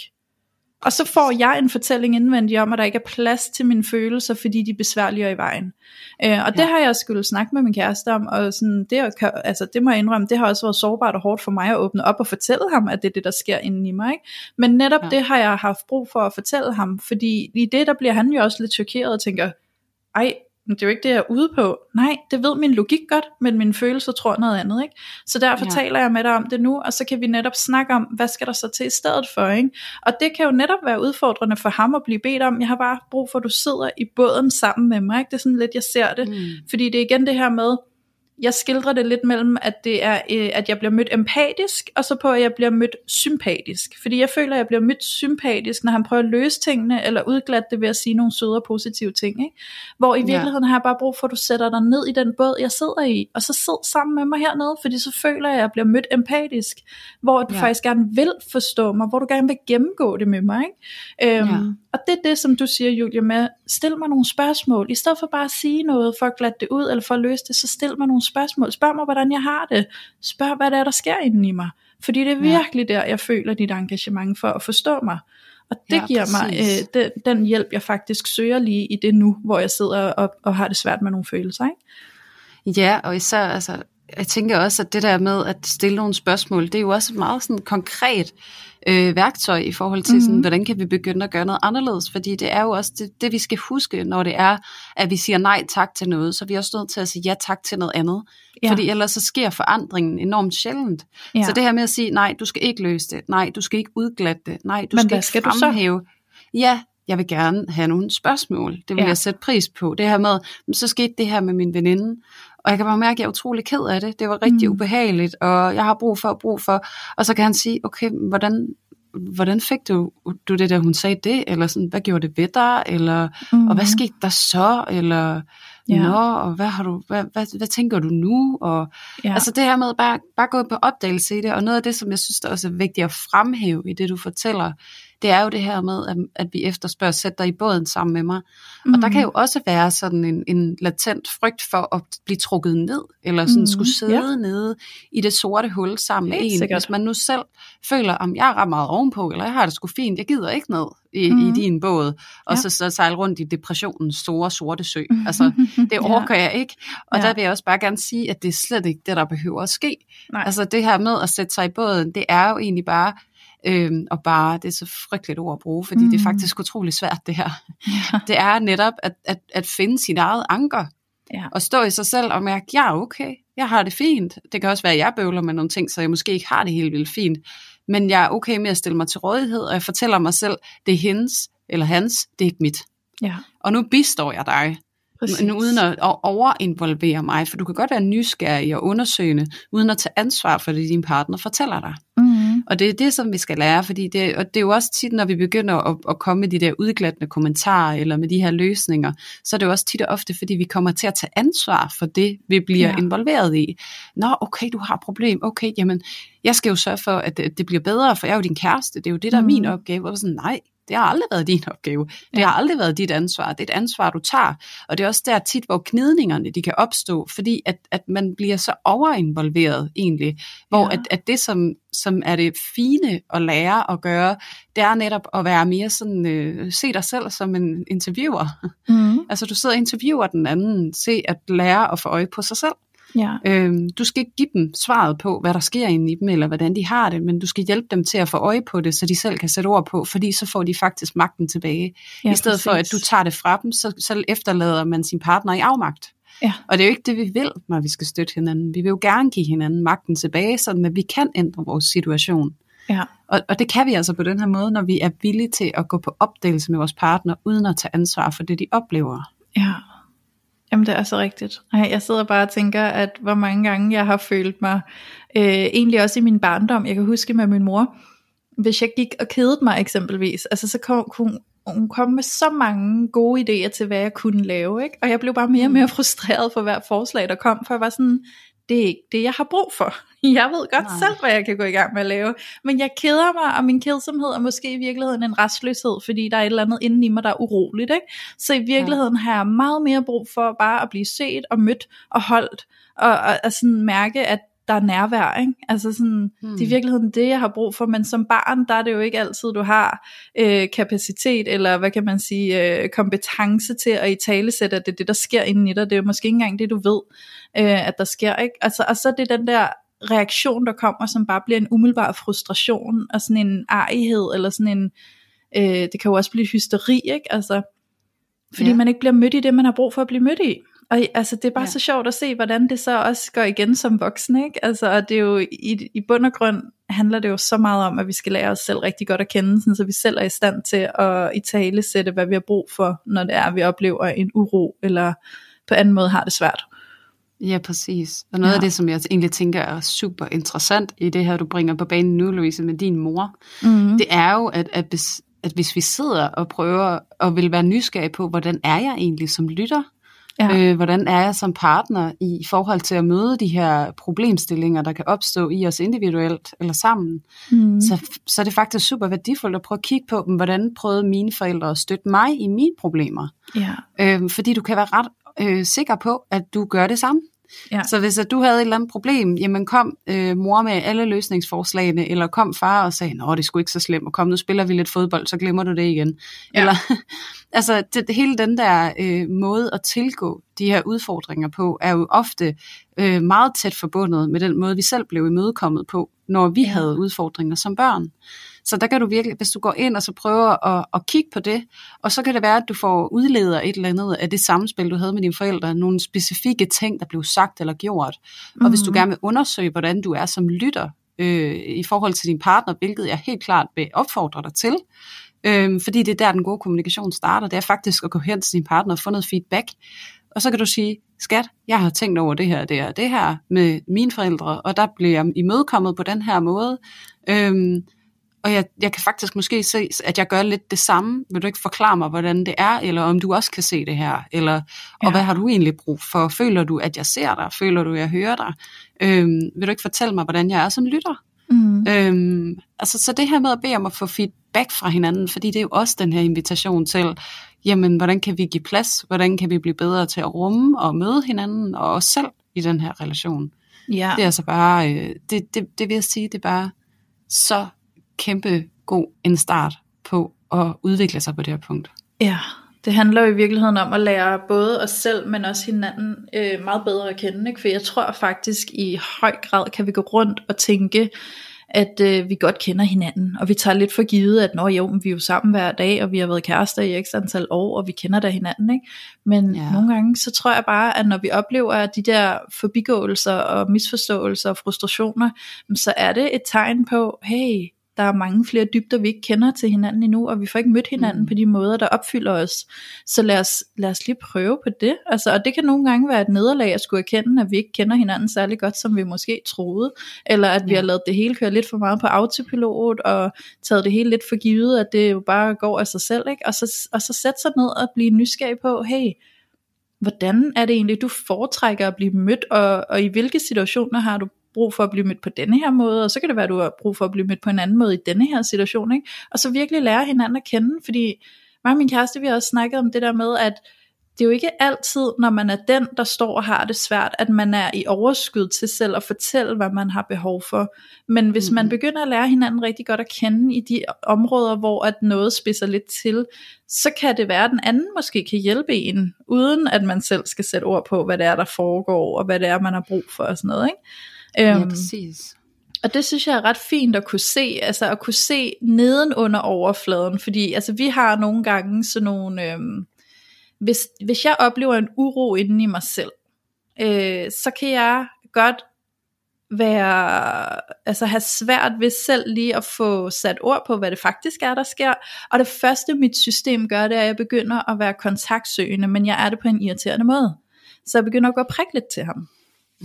Og så får jeg en fortælling indvendigt om, at der ikke er plads til mine følelser, fordi de er besværlige og i vejen. Øh, og det ja. har jeg skulle snakke med min kæreste om, og sådan, det, altså, det må jeg indrømme, det har også været sårbart og hårdt for mig at åbne op og fortælle ham, at det er det, der sker inde i mig. Ikke? Men netop ja. det har jeg haft brug for at fortælle ham, fordi i det, der bliver han jo også lidt chokeret og tænker, ej, men det er jo ikke det, jeg er ude på. Nej, det ved min logik godt, men mine følelser tror noget andet, ikke? Så derfor ja. taler jeg med dig om det nu, og så kan vi netop snakke om, hvad skal der så til i stedet for, ikke? Og det kan jo netop være udfordrende for ham at blive bedt om. Jeg har bare brug for, at du sidder i båden sammen med mig, ikke? Det er sådan lidt, jeg ser det. Mm. Fordi det er igen det her med, jeg skildrer det lidt mellem, at det er, øh, at jeg bliver mødt empatisk, og så på, at jeg bliver mødt sympatisk. Fordi jeg føler, at jeg bliver mødt sympatisk, når han prøver at løse tingene, eller udglatte det ved at sige nogle søde og positive ting. Ikke? Hvor i virkeligheden ja. har jeg bare brug for, at du sætter dig ned i den båd, jeg sidder i, og så sid sammen med mig hernede, fordi så føler jeg, at jeg bliver mødt empatisk. Hvor du ja. faktisk gerne vil forstå mig, hvor du gerne vil gennemgå det med mig. Ikke? Øhm, ja. Og det er det, som du siger, Julie, med, stil mig nogle spørgsmål. I stedet for bare at sige noget, for at glatte det ud, eller for at løse det, så stil mig nogle spørgsmål. Spørg mig, hvordan jeg har det. Spørg, hvad det er, der sker inde i mig. Fordi det er virkelig der, jeg føler dit engagement for at forstå mig. Og det ja, giver præcis. mig øh, den, den hjælp, jeg faktisk søger lige i det nu, hvor jeg sidder og, og har det svært med nogle følelser. Ikke? Ja, og især, altså, jeg tænker også, at det der med at stille nogle spørgsmål, det er jo også meget sådan konkret øh, værktøj i forhold til, mm-hmm. sådan, hvordan kan vi begynde at gøre noget anderledes, fordi det er jo også det, det, vi skal huske, når det er, at vi siger nej tak til noget, så er vi også nødt til at sige ja tak til noget andet, ja. fordi ellers så sker forandringen enormt sjældent. Ja. Så det her med at sige, nej, du skal ikke løse det, nej, du skal ikke udglatte det, nej, du Men skal ikke skal fremhæve. Ja, jeg vil gerne have nogle spørgsmål, det vil ja. jeg sætte pris på. Det her med, så skete det her med min veninde, og jeg kan bare mærke, at jeg er utrolig ked af det. Det var rigtig mm. ubehageligt, og jeg har brug for, brug for. Og så kan han sige, okay, hvordan, hvordan fik du, du det der, hun sagde det? Eller sådan, hvad gjorde det ved dig? Eller, mm. og hvad skete der så? Eller, ja. nå, og hvad, har du, hvad, hvad, hvad tænker du nu? Og, ja. Altså det her med bare, bare gå på opdagelse i det, og noget af det, som jeg synes, der også er vigtigt at fremhæve i det, du fortæller, det er jo det her med, at, at vi efterspørger, sæt dig i båden sammen med mig. Mm. Og der kan jo også være sådan en, en latent frygt for at blive trukket ned, eller sådan mm. skulle sidde ja. nede i det sorte hul sammen med en. Sikkert. Hvis man nu selv føler, om jeg er ret meget ovenpå, eller jeg har det sgu fint, jeg gider ikke ned i, mm. i din båd, og ja. så, så sejle rundt i depressionens store sorte sø. Altså, det orker ja. jeg ikke. Og ja. der vil jeg også bare gerne sige, at det er slet ikke det, der behøver at ske. Nej. Altså det her med at sætte sig i båden, det er jo egentlig bare, Øhm, og bare, det er så frygteligt ord at bruge, fordi mm. det er faktisk utroligt svært det her. Ja. Det er netop at, at, at finde sit eget anker, ja. og stå i sig selv og mærke, ja okay, jeg har det fint. Det kan også være, at jeg bøvler med nogle ting, så jeg måske ikke har det helt vildt fint, men jeg er okay med at stille mig til rådighed, og jeg fortæller mig selv, det er hendes eller hans, det er ikke mit. Ja. Og nu bistår jeg dig, Præcis. uden at overinvolvere mig, for du kan godt være nysgerrig og undersøgende, uden at tage ansvar for det, din partner fortæller dig. Mm. Og det er det, som vi skal lære, fordi det, og det er jo også tit, når vi begynder at, at komme med de der udglattende kommentarer, eller med de her løsninger, så er det jo også tit og ofte, fordi vi kommer til at tage ansvar for det, vi bliver ja. involveret i. Nå, okay, du har et problem, okay, jamen, jeg skal jo sørge for, at det, det bliver bedre, for jeg er jo din kæreste, det er jo det, der er mm. min opgave, og sådan, nej, Det har aldrig været din opgave. Det Ja. har aldrig været dit ansvar. Det er et ansvar, du tager. Og det er også der tit, hvor gnidningerne de kan opstå, fordi at, at man bliver så overinvolveret egentlig. Hvor Ja. at, at det, som, som er det fine at lære at gøre, det er netop at være mere sådan, øh, se dig selv som en interviewer. Mm. Altså du sidder og interviewer den anden, se at lære at få øje på sig selv. Ja. Øhm, du skal ikke give dem svaret på, hvad der sker inde i dem, eller hvordan de har det, men du skal hjælpe dem til at få øje på det, så de selv kan sætte ord på, fordi så får de faktisk magten tilbage. Ja, I stedet præcis. for, at du tager det fra dem, så, så efterlader man sin partner i afmagt. Ja. Og det er jo ikke det, vi vil, når vi skal støtte hinanden. Vi vil jo gerne give hinanden magten tilbage, sådan at vi kan ændre vores situation. Ja. Og, og det kan vi altså på den her måde, når vi er villige til at gå på opdagelse med vores partner, uden at tage ansvar for det, de oplever. Ja. Jamen det er så rigtigt. Ej, jeg sidder bare og tænker, at hvor mange gange jeg har følt mig, øh, egentlig også i min barndom, jeg kan huske med min mor, hvis jeg gik og kedede mig eksempelvis, altså så kom hun, hun kom med så mange gode idéer til, hvad jeg kunne lave, ikke? Og jeg blev bare mere og mere frustreret for hver forslag, der kom, for jeg var sådan, det er ikke det, jeg har brug for. Jeg ved godt Nej. selv, hvad jeg kan gå i gang med at lave, men jeg keder mig, og min kedsomhed er måske i virkeligheden en restløshed, fordi der er et eller andet inden i mig, der er uroligt, ikke? Så i virkeligheden ja. har jeg meget mere brug for bare at blive set og mødt og holdt, og, og, og sådan mærke, at der er nærvær, ikke? Altså sådan, hmm. det er i virkeligheden det, jeg har brug for, men som barn, der er det jo ikke altid, du har øh, kapacitet, eller hvad kan man sige, øh, kompetence til at italesætte, at det er det, der sker inden i dig, det er jo måske ikke engang det, du ved, øh, at der sker, ikke? Altså, og så er det den der reaktion, der kommer, som bare bliver en umiddelbar frustration, og sådan en arighed, eller sådan en, øh, det kan jo også blive hysteri, ikke? Altså, fordi ja. man ikke bliver mødt i det, man har brug for at blive mødt i. Og altså, det er bare ja. så sjovt at se, hvordan det så også går igen som voksen, ikke? Altså, og det er jo, i, i bund og grund handler det jo så meget om, at vi skal lære os selv rigtig godt at kende, sådan, så vi selv er i stand til at italesætte, hvad vi har brug for, når det er, at vi oplever en uro, eller på anden måde har det svært. Ja, præcis. Og noget ja. af det, som jeg egentlig tænker er super interessant i det her, du bringer på banen nu, Louise, med din mor, mm-hmm. det er jo, at, at, hvis, at hvis vi sidder og prøver og vil være nysgerrige på, hvordan er jeg egentlig som lytter, ja. øh, hvordan er jeg som partner i forhold til at møde de her problemstillinger, der kan opstå i os individuelt eller sammen, mm. så, så er det faktisk super værdifuldt at prøve at kigge på dem, hvordan prøvede mine forældre at støtte mig i mine problemer. Ja. Øh, fordi du kan være ret øh, sikker på, at du gør det samme. Ja. Så hvis at du havde et eller andet problem, jamen kom øh, mor med alle løsningsforslagene, eller kom far og sagde, nå det er sgu ikke så slemt, og kom nu spiller vi lidt fodbold, så glemmer du det igen. Ja. Eller, altså det, hele den der øh, måde at tilgå de her udfordringer på, er jo ofte øh, meget tæt forbundet med den måde, vi selv blev imødekommet på, når vi ja. havde udfordringer som børn. Så der kan du virkelig, hvis du går ind og så prøver at, at kigge på det, og så kan det være, at du får udleder et eller andet af det samspil, du havde med dine forældre, nogle specifikke ting, der blev sagt eller gjort. Mm-hmm. Og hvis du gerne vil undersøge, hvordan du er som lytter øh, i forhold til din partner, hvilket jeg helt klart vil opfordre dig til, øh, fordi det er der, den gode kommunikation starter, det er faktisk at gå hen til din partner og få noget feedback, og så kan du sige, skat, jeg har tænkt over det her, det her, det her med mine forældre, og der bliver jeg imødekommet på den her måde, øh, og jeg, jeg kan faktisk måske se, at jeg gør lidt det samme. Vil du ikke forklare mig, hvordan det er, eller om du også kan se det her? Eller, og ja. hvad har du egentlig brug for? Føler du, at jeg ser dig? Føler du, at jeg hører dig? Øhm, vil du ikke fortælle mig, hvordan jeg er som lytter? Mm. Øhm, altså, så det her med at bede om at få feedback fra hinanden, fordi det er jo også den her invitation til, jamen, hvordan kan vi give plads? Hvordan kan vi blive bedre til at rumme og møde hinanden og os selv i den her relation? Ja. Det er altså bare, øh, det, det, det vil jeg sige, det er bare så kæmpe god en start på at udvikle sig på det her punkt. Ja, det handler jo i virkeligheden om at lære både os selv, men også hinanden øh, meget bedre at kende, ikke? For jeg tror faktisk i høj grad kan vi gå rundt og tænke, at øh, vi godt kender hinanden, og vi tager lidt for givet, at nå jo, vi er jo sammen hver dag, og vi har været kærester i x antal år, og vi kender da hinanden, ikke? Men ja. nogle gange, så tror jeg bare, at når vi oplever de der forbigåelser og misforståelser og frustrationer, så er det et tegn på, hey, der er mange flere dybder, vi ikke kender til hinanden endnu, og vi får ikke mødt hinanden mm. på de måder, der opfylder os. Så lad os, lad os lige prøve på det. Altså, og det kan nogle gange være et nederlag at skulle erkende, at vi ikke kender hinanden særlig godt, som vi måske troede, eller at vi ja. har lavet det hele køre lidt for meget på autopilot, og taget det hele lidt for givet, at det jo bare går af sig selv, ikke? Og så, og så sætte sig ned og blive nysgerrig på, hey, hvordan er det egentlig, du foretrækker at blive mødt, og, og i hvilke situationer har du brug for at blive mødt på denne her måde, og så kan det være, at du har brug for at blive mødt på en anden måde i denne her situation, ikke? Og så virkelig lære hinanden at kende, fordi mig og min kæreste, vi har også snakket om det der med, at det er jo ikke altid, når man er den, der står og har det svært, at man er i overskud til selv at fortælle, hvad man har behov for. Men hvis mm. man begynder at lære hinanden rigtig godt at kende i de områder, hvor at noget spidser lidt til, så kan det være, at den anden måske kan hjælpe en, uden at man selv skal sætte ord på, hvad det er, der foregår, og hvad det er, man har brug for og sådan noget, ikke? Ja, øhm, præcis. Og det synes jeg er ret fint at kunne se, altså at kunne se nedenunder overfladen, fordi altså vi har nogle gange sådan nogle... Øhm, Hvis, hvis jeg oplever en uro inden i mig selv, øh, så kan jeg godt være, altså have svært ved selv lige at få sat ord på, hvad det faktisk er, der sker. Og det første mit system gør, det er, at jeg begynder at være kontaktsøgende, men jeg er det på en irriterende måde. Så jeg begynder at gå og prikke lidt til ham.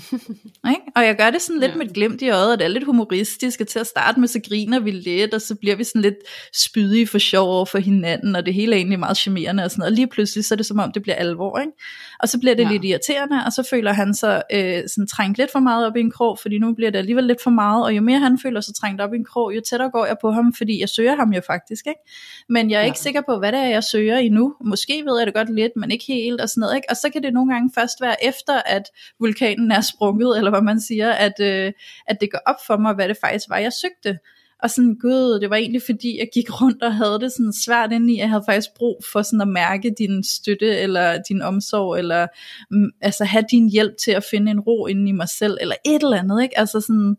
Ikke? Og jeg gør det sådan lidt ja. med et glimt i øjet, og det er lidt humoristisk, og til at starte med, så griner vi lidt, og så bliver vi sådan lidt spydige for sjov over for hinanden, og det hele er egentlig meget charmerende og sådan noget, og lige pludselig så er det som om det bliver alvor, ikke? Og så bliver det ja. lidt irriterende, og så føler han sig øh, sådan trængt lidt for meget op i en krog, fordi nu bliver det alligevel lidt for meget, og jo mere han føler sig trængt op i en krog, jo tættere går jeg på ham, fordi jeg søger ham jo faktisk, ikke? Men jeg er ja. ikke sikker på, hvad det er, jeg søger endnu. Måske ved jeg det godt lidt, men ikke helt, og sådan noget, ikke? Og så kan det nogle gange først være efter, at vulkanen er sprunget, eller hvad man siger, at, øh, at det går op for mig, hvad det faktisk var, jeg søgte. Og sådan, gud, det var egentlig fordi, jeg gik rundt og havde det sådan svært indeni, jeg havde faktisk brug for sådan at mærke din støtte, eller din omsorg, eller mm, altså have din hjælp til at finde en ro inden i mig selv, eller et eller andet, ikke? Altså sådan,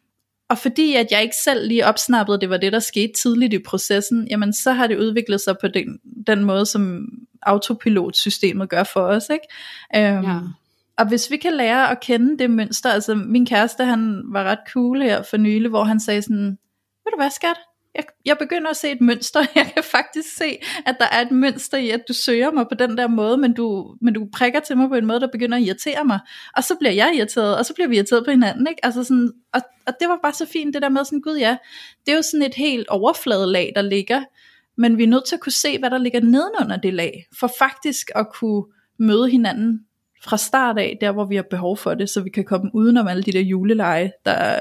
og fordi at jeg ikke selv lige opsnappede, det var det, der skete tidligt i processen, jamen så har det udviklet sig på den, den måde, som autopilotsystemet gør for os, ikke? Um, ja. Og hvis vi kan lære at kende det mønster, altså min kæreste, han var ret cool her for nylig, hvor han sagde sådan, ved du hvad skat, jeg, jeg begynder at se et mønster, jeg kan faktisk se, at der er et mønster i, at du søger mig på den der måde, men du, men du prikker til mig på en måde, der begynder at irritere mig, og så bliver jeg irriteret, og så bliver vi irriteret på hinanden, ikke? Altså sådan, og, og det var bare så fint, det der med sådan, gud ja, det er jo sådan et helt overfladelag, der ligger, men vi er nødt til at kunne se, hvad der ligger nedenunder det lag, for faktisk at kunne møde hinanden fra start af, der hvor vi har behov for det, så vi kan komme udenom alle de der juleleje, der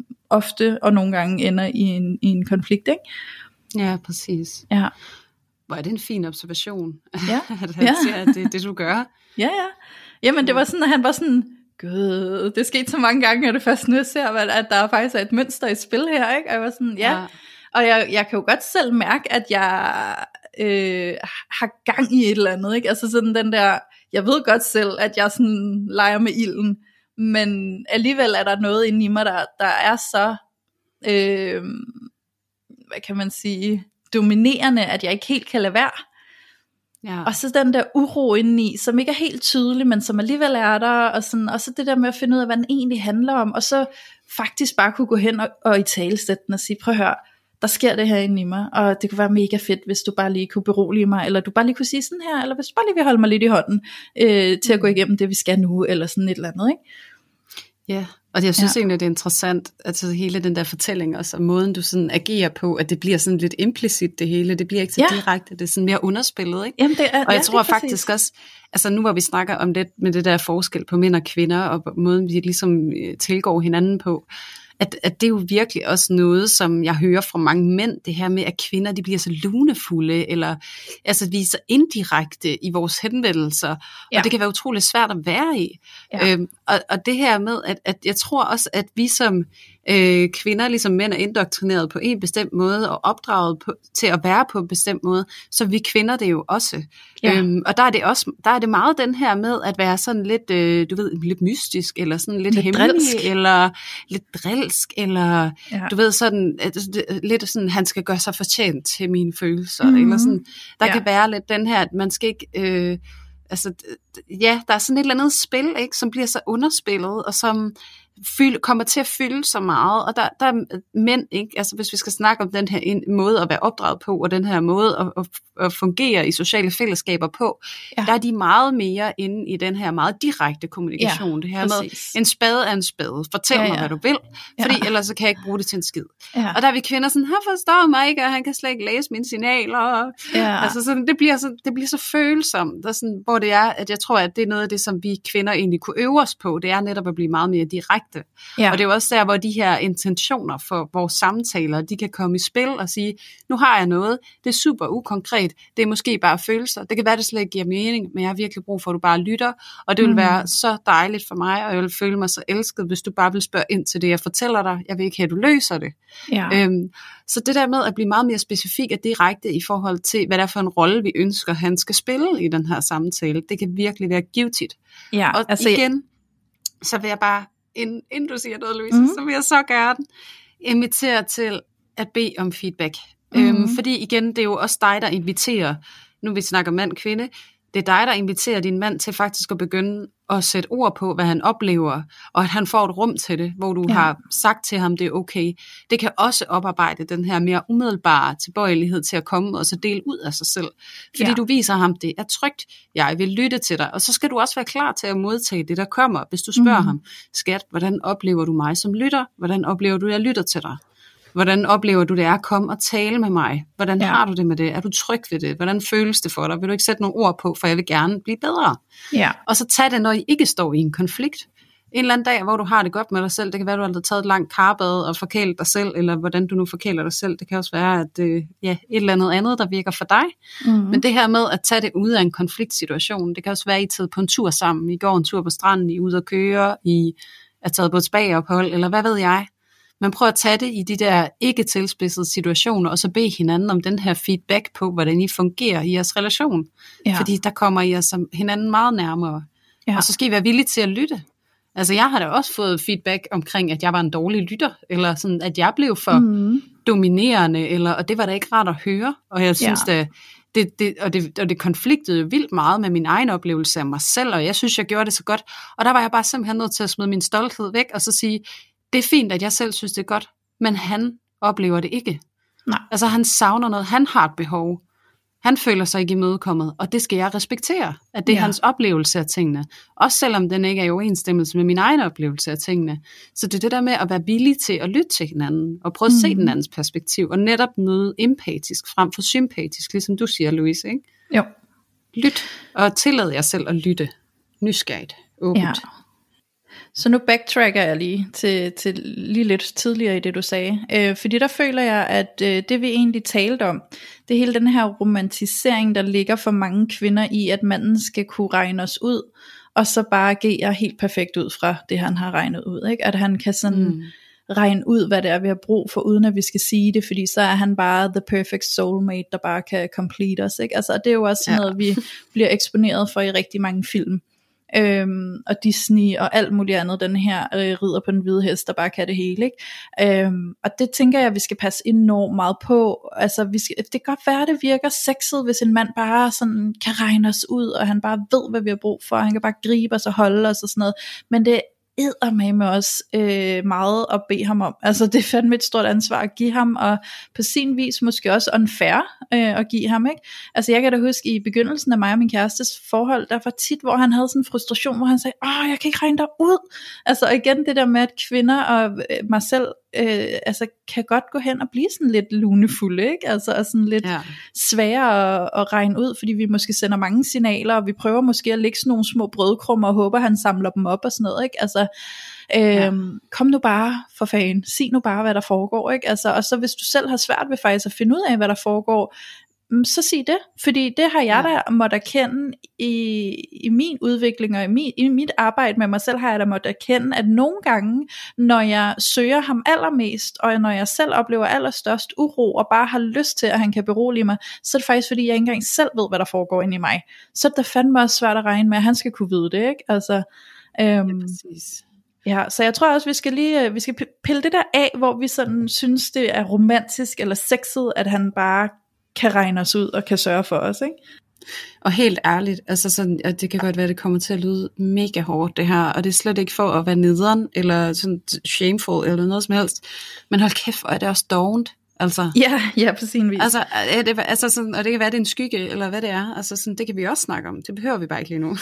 ofte og nogle gange ender i en, i en konflikt, ikke? Ja, præcis. Ja. Hvor er det en fin observation, ja. at han ja. siger, at det er det, du gør. Ja, ja. Jamen det var sådan, at han var sådan, gud, det skete så mange gange, at det først nu ser, at der faktisk er et mønster i spil her, ikke? Og jeg var sådan, ja. ja. Og jeg, jeg kan jo godt selv mærke, at jeg øh, har gang i et eller andet, ikke? Altså sådan den der, jeg ved godt selv, at jeg sådan leger med ilden, men alligevel er der noget inde i mig, der, der er så, øh, hvad kan man sige, dominerende, at jeg ikke helt kan lade være. Ja. Og så den der uro indeni, som ikke er helt tydelig, men som alligevel er der, og, sådan, og så det der med at finde ud af, hvad den egentlig handler om, og så faktisk bare kunne gå hen og, og i talesætte den og sige, prøv at høre, der sker det her inde i mig, og det kunne være mega fedt, hvis du bare lige kunne berolige mig, eller du bare lige kunne sige sådan her, eller hvis du bare lige vil holde mig lidt i hånden, øh, til at gå igennem det, vi skal nu, eller sådan et eller andet, ikke? Ja, og jeg synes ja. egentlig, det er interessant, altså hele den der fortælling også, og måden du sådan agerer på, at det bliver sådan lidt implicit det hele, det bliver ikke så ja. direkte, det er sådan mere underspillet, ikke? Jamen det er, og jeg ja, tror faktisk også, altså nu hvor vi snakker om det, med det der forskel på mænd og kvinder, og måden vi ligesom tilgår hinanden på, At, at det er jo virkelig også noget, som jeg hører fra mange mænd, det her med, at kvinder de bliver så lunefulde, eller altså vi er så indirekte i vores henvendelser, ja. og det kan være utroligt svært at være i. Ja. Øhm, og, og det her med, at, at jeg tror også, at vi som øh, kvinder, ligesom mænd, er indoktrineret på en bestemt måde, og opdraget på, til at være på en bestemt måde, så vi kvinder det jo også. Ja. Øhm, og der er det også, der er det meget den her med, at være sådan lidt, øh, du ved, lidt mystisk, eller sådan lidt, lidt hemmelig, drilsk. eller lidt drilsk, eller ja. du ved sådan, lidt sådan, han skal gøre sig fortjent til mine følelser, mm-hmm. eller sådan, der ja. kan være lidt den her, at man skal ikke, øh, altså, ja, der er sådan et eller andet spil, ikke, som bliver så underspillet, og som fyld, kommer til at fylde så meget, og der, der er mænd, ikke, altså hvis vi skal snakke om den her måde at være opdraget på, og den her måde at, at, at fungere i sociale fællesskaber på, ja. der er de meget mere inde i den her meget direkte kommunikation, ja, det her præcis. med, en spade er en spade, fortæl ja, ja. mig hvad du vil, fordi ja. ellers så kan jeg ikke bruge det til en skid. Ja. Og der er vi kvinder sådan, han forstår mig ikke, og han kan slet ikke læse mine signaler, ja. altså sådan, det bliver så, det bliver så følsomt, der sådan, hvor det er, at jeg tror, at det er noget af det, som vi kvinder egentlig kunne øve os på, det er netop at blive meget mere direkte direkte. Ja. Og det er jo også der, hvor de her intentioner for vores samtaler, de kan komme i spil og sige, nu har jeg noget, det er super ukonkret, det er måske bare følelser, det kan være, det slet ikke giver mening, men jeg har virkelig brug for, at du bare lytter, og det vil mm. være så dejligt for mig, og jeg vil føle mig så elsket, hvis du bare vil spørge ind til det, jeg fortæller dig. Jeg vil ikke have, at du løser det. Ja. Øhm, så det der med at blive meget mere specifik og direkte i forhold til, hvad det er for en rolle, vi ønsker, han skal spille i den her samtale, det kan virkelig være givtigt. Ja, og altså, igen, så vil jeg bare, inden, inden du siger noget, Louise, mm. så vil jeg så gerne invitere til at bede om feedback. Mm. Øhm, fordi igen, det er jo også dig, der inviterer, nu vi snakker mand-kvinde, det er dig, der inviterer din mand til faktisk at begynde at sætte ord på, hvad han oplever, og at han får et rum til det, hvor du ja. har sagt til ham, det er okay. Det kan også oparbejde den her mere umiddelbare tilbøjelighed til at komme og så dele ud af sig selv. Fordi ja. du viser ham, det er trygt, jeg vil lytte til dig, og så skal du også være klar til at modtage det, der kommer. Hvis du spørger mm. ham, skat, hvordan oplever du mig som lytter? Hvordan oplever du, at jeg lytter til dig? Hvordan oplever du det er at komme og tale med mig? Hvordan ja. har du det med det? Er du tryg ved det? Hvordan føles det for dig? Vil du ikke sætte nogle ord på, for jeg vil gerne blive bedre? Ja. Og så tag det, når I ikke står i en konflikt. En eller anden dag, hvor du har det godt med dig selv. Det kan være, du har taget et langt karbad og forkælet dig selv, eller hvordan du nu forkæler dig selv. Det kan også være, at øh, ja, et eller andet andet, der virker for dig. Mm-hmm. Men det her med at tage det ud af en konfliktsituation, det kan også være, at I er taget på en tur sammen. I går en tur på stranden, I er ude at køre, I er taget på et spa-ophold, eller hvad ved jeg. Men prøv at tage det i de der ikke tilspidsede situationer, og så bede hinanden om den her feedback på, hvordan I fungerer i jeres relation. Ja. Fordi der kommer I altså hinanden meget nærmere. Ja. Og så skal I være villige til at lytte. Altså jeg har da også fået feedback omkring, at jeg var en dårlig lytter, eller sådan, at jeg blev for mm. dominerende, eller, og det var da ikke rart at høre. Og jeg synes, ja. det, det, det, og, det, og det konfliktede jo vildt meget med min egen oplevelse af mig selv, og jeg synes, jeg gjorde det så godt. Og der var jeg bare simpelthen nødt til at smide min stolthed væk, og så sige, det er fint, at jeg selv synes, det er godt, men han oplever det ikke. Nej. Altså han savner noget, han har et behov. Han føler sig ikke imødekommet, og det skal jeg respektere, at det er ja. hans oplevelse af tingene. Også selvom den ikke er i overensstemmelse med min egen oplevelse af tingene. Så det er det der med at være villig til at lytte til hinanden, og prøve at se mm. den andens perspektiv, og netop møde empatisk frem for sympatisk, ligesom du siger, Louise, ikke? Jo. Lyt, og tillad jer selv at lytte. Nysgerrigt, åbent. Ja. Så nu backtracker jeg lige til, til lige lidt tidligere i det du sagde, øh, fordi der føler jeg, at øh, det vi egentlig talte om, det er hele den her romantisering, der ligger for mange kvinder i, at manden skal kunne regne os ud, og så bare agere helt perfekt ud fra det han har regnet ud, ikke? At han kan sådan mm. regne ud, hvad det er vi har brug for, uden at vi skal sige det, fordi så er han bare the perfect soulmate, der bare kan complete os, ikke? Altså det er jo også ja. noget vi bliver eksponeret for i rigtig mange film. Øhm, og Disney og alt muligt andet, den her øh, ridder på den hvide hest, der bare kan det hele, ikke? Øhm, og det tænker jeg, vi skal passe enormt meget på. Altså, vi skal, det kan godt være, det virker sexet, hvis en mand bare sådan kan regne os ud, og han bare ved, hvad vi har brug for, og han kan bare gribe os og holde os og sådan noget, men det eddermame også øh, meget at bede ham om. Altså det er fandme et stort ansvar at give ham, og på sin vis måske også unfair øh, at give ham, ikke? Altså jeg kan da huske i begyndelsen af mig og min kærestes forhold, der var tit, hvor han havde sådan en frustration, hvor han sagde, åh, jeg kan ikke regne dig ud. Altså igen det der med, at kvinder og øh, mig selv øh, altså kan godt gå hen og blive sådan lidt lunefulde, ikke? Altså og sådan lidt ja. svære at, at regne ud, fordi vi måske sender mange signaler, og vi prøver måske at lægge sådan nogle små brødkrummer og håber, han samler dem op og sådan noget, ikke? Altså Øhm, ja. kom nu bare for fanden, sig nu bare hvad der foregår, ikke? Altså, og så hvis du selv har svært ved faktisk at finde ud af hvad der foregår, så sig det, fordi det har jeg ja. da måtte erkende i, i min udvikling og i, min, i mit arbejde med mig selv, har jeg da måtte erkende, at nogle gange når jeg søger ham allermest, og når jeg selv oplever allerstørst uro og bare har lyst til at han kan berolige mig, så er det faktisk fordi jeg ikke engang selv ved hvad der foregår inde i mig, så er det fandme også svært at regne med at han skal kunne vide det, ikke? Altså øhm, ja, præcis. Ja, så jeg tror også vi skal lige vi skal pille det der af, hvor vi sådan synes det er romantisk eller sexet, at han bare kan regne os ud og kan sørge for os, ikke? Og helt ærligt, altså sådan, at det kan godt være, det kommer til at lyde mega hårdt det her, og det er slet ikke for at være nederen eller sådan shameful eller noget som helst, men hold kæft, og er det også dovent. Altså, ja, ja, på sin vis. Altså, er det, altså sådan, og det kan være, det er en skygge, eller hvad det er. Altså, sådan, det kan vi også snakke om. Det behøver vi bare ikke lige nu.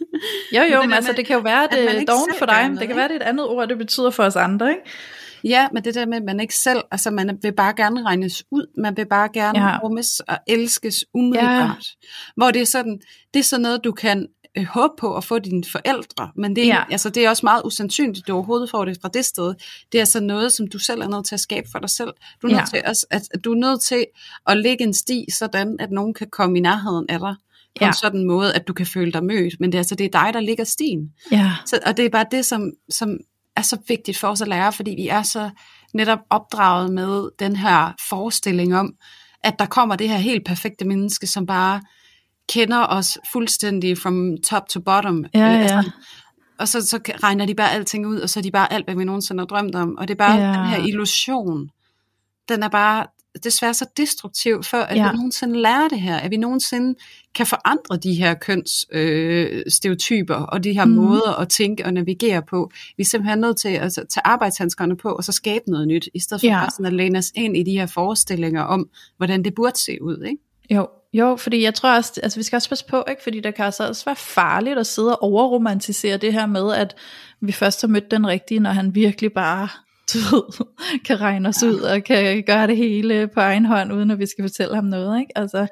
jo, jo, men altså, det kan jo være, at det er dovent for dig. Noget, det kan være, det er et andet ord, det betyder for os andre, ikke? Ja, men det der med, at man ikke selv, altså man vil bare gerne regnes ud, man vil bare gerne ja. rummes og elskes umiddelbart. Ja. Hvor det er sådan, det er sådan noget, du kan øh, håbe på at få dine forældre, men det er, ja. altså, det er også meget usandsynligt, at du overhovedet får det fra det sted. Det er altså noget, som du selv er nødt til at skabe for dig selv. Du er nødt, ja. til, også, at, at du er nødt til at lægge en sti, sådan at nogen kan komme i nærheden af dig, på ja. en sådan måde, at du kan føle dig mødt, men det er, altså, det er dig, der ligger stien. Ja. Så, og det er bare det, som, som er så vigtigt for os at lære, fordi vi er så netop opdraget med den her forestilling om, at der kommer det her helt perfekte menneske, som bare kender os fuldstændig from top to bottom. Ja, ja. Altså, og så, så regner de bare alting ud, og så er de bare alt, hvad vi nogensinde har drømt om. Og det er bare ja. den her illusion, den er bare desværre så destruktiv, for at ja. vi nogensinde lærer det her, at vi nogensinde kan forandre de her kønsstereotyper, øh, og de her mm. måder at tænke og navigere på. Vi er simpelthen nødt til at tage arbejdshandskerne på, og så skabe noget nyt, i stedet for ja. bare sådan at læne os ind i de her forestillinger om, hvordan det burde se ud, ikke? Jo, jo, fordi jeg tror også, altså vi skal også passe på, ikke? Fordi der kan altså også være farligt at sidde og overromantisere det her med, at vi først har mødt den rigtige, når han virkelig bare du ved, kan regne os ja. ud og kan gøre det hele på egen hånd, uden at vi skal fortælle ham noget, ikke? Altså.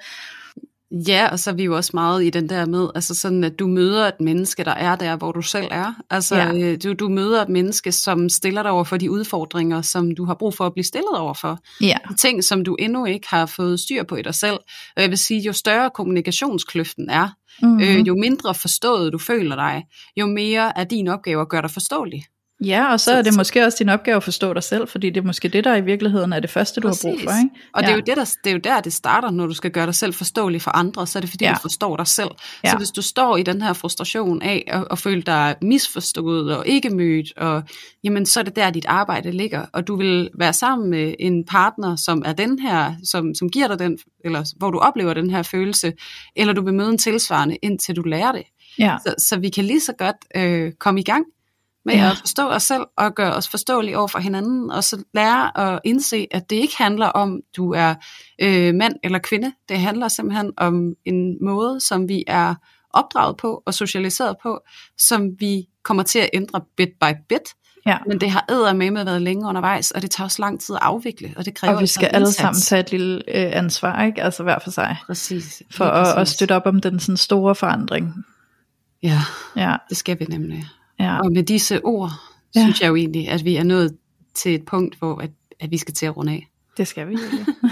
Ja, og så er vi jo også meget i den der med, altså sådan, at du møder et menneske, der er der, hvor du selv er. Altså, ja. du, du møder et menneske, som stiller dig over for de udfordringer, som du har brug for at blive stillet over for. Ja. Ting, som du endnu ikke har fået styr på i dig selv. Og jeg vil sige, jo større kommunikationskløften er, mm-hmm. øh, jo mindre forstået du føler dig, jo mere er din opgave at gøre dig forståelig. Ja, og så er det måske også din opgave at forstå dig selv, fordi det er måske det, der i virkeligheden er det første, du Præcis. har brug for, ikke? Og ja. det, er jo det, der, det er jo der, det starter, når du skal gøre dig selv forståelig for andre, så er det fordi, ja. du forstår dig selv. Ja. Så hvis du står i den her frustration af at, at føle dig misforstået og ikke mødt, og, jamen, så er det der, dit arbejde ligger, og du vil være sammen med en partner, som er den her, som, som giver dig den, eller hvor du oplever den her følelse, eller du vil møde en tilsvarende, indtil du lærer det. Ja. Så, så vi kan lige så godt øh, komme i gang med ja. at forstå os selv og gøre os forståelige over for hinanden, og så lære at indse, at det ikke handler om, du er øh, mand eller kvinde. Det handler simpelthen om en måde, som vi er opdraget på og socialiseret på, som vi kommer til at ændre bit by bit. Ja. Men det har eddermame været længe undervejs, og det tager også lang tid at afvikle, og det kræver og vi skal alle sammen tage et lille øh, ansvar, ikke? Altså hver for sig. Præcis. For at, at støtte op om den sådan store forandring. Ja, ja. det skal vi nemlig. Ja. Og med disse ord, ja. synes jeg jo egentlig, at vi er nået til et punkt, hvor at, at vi skal til at runde af. Det skal vi jo.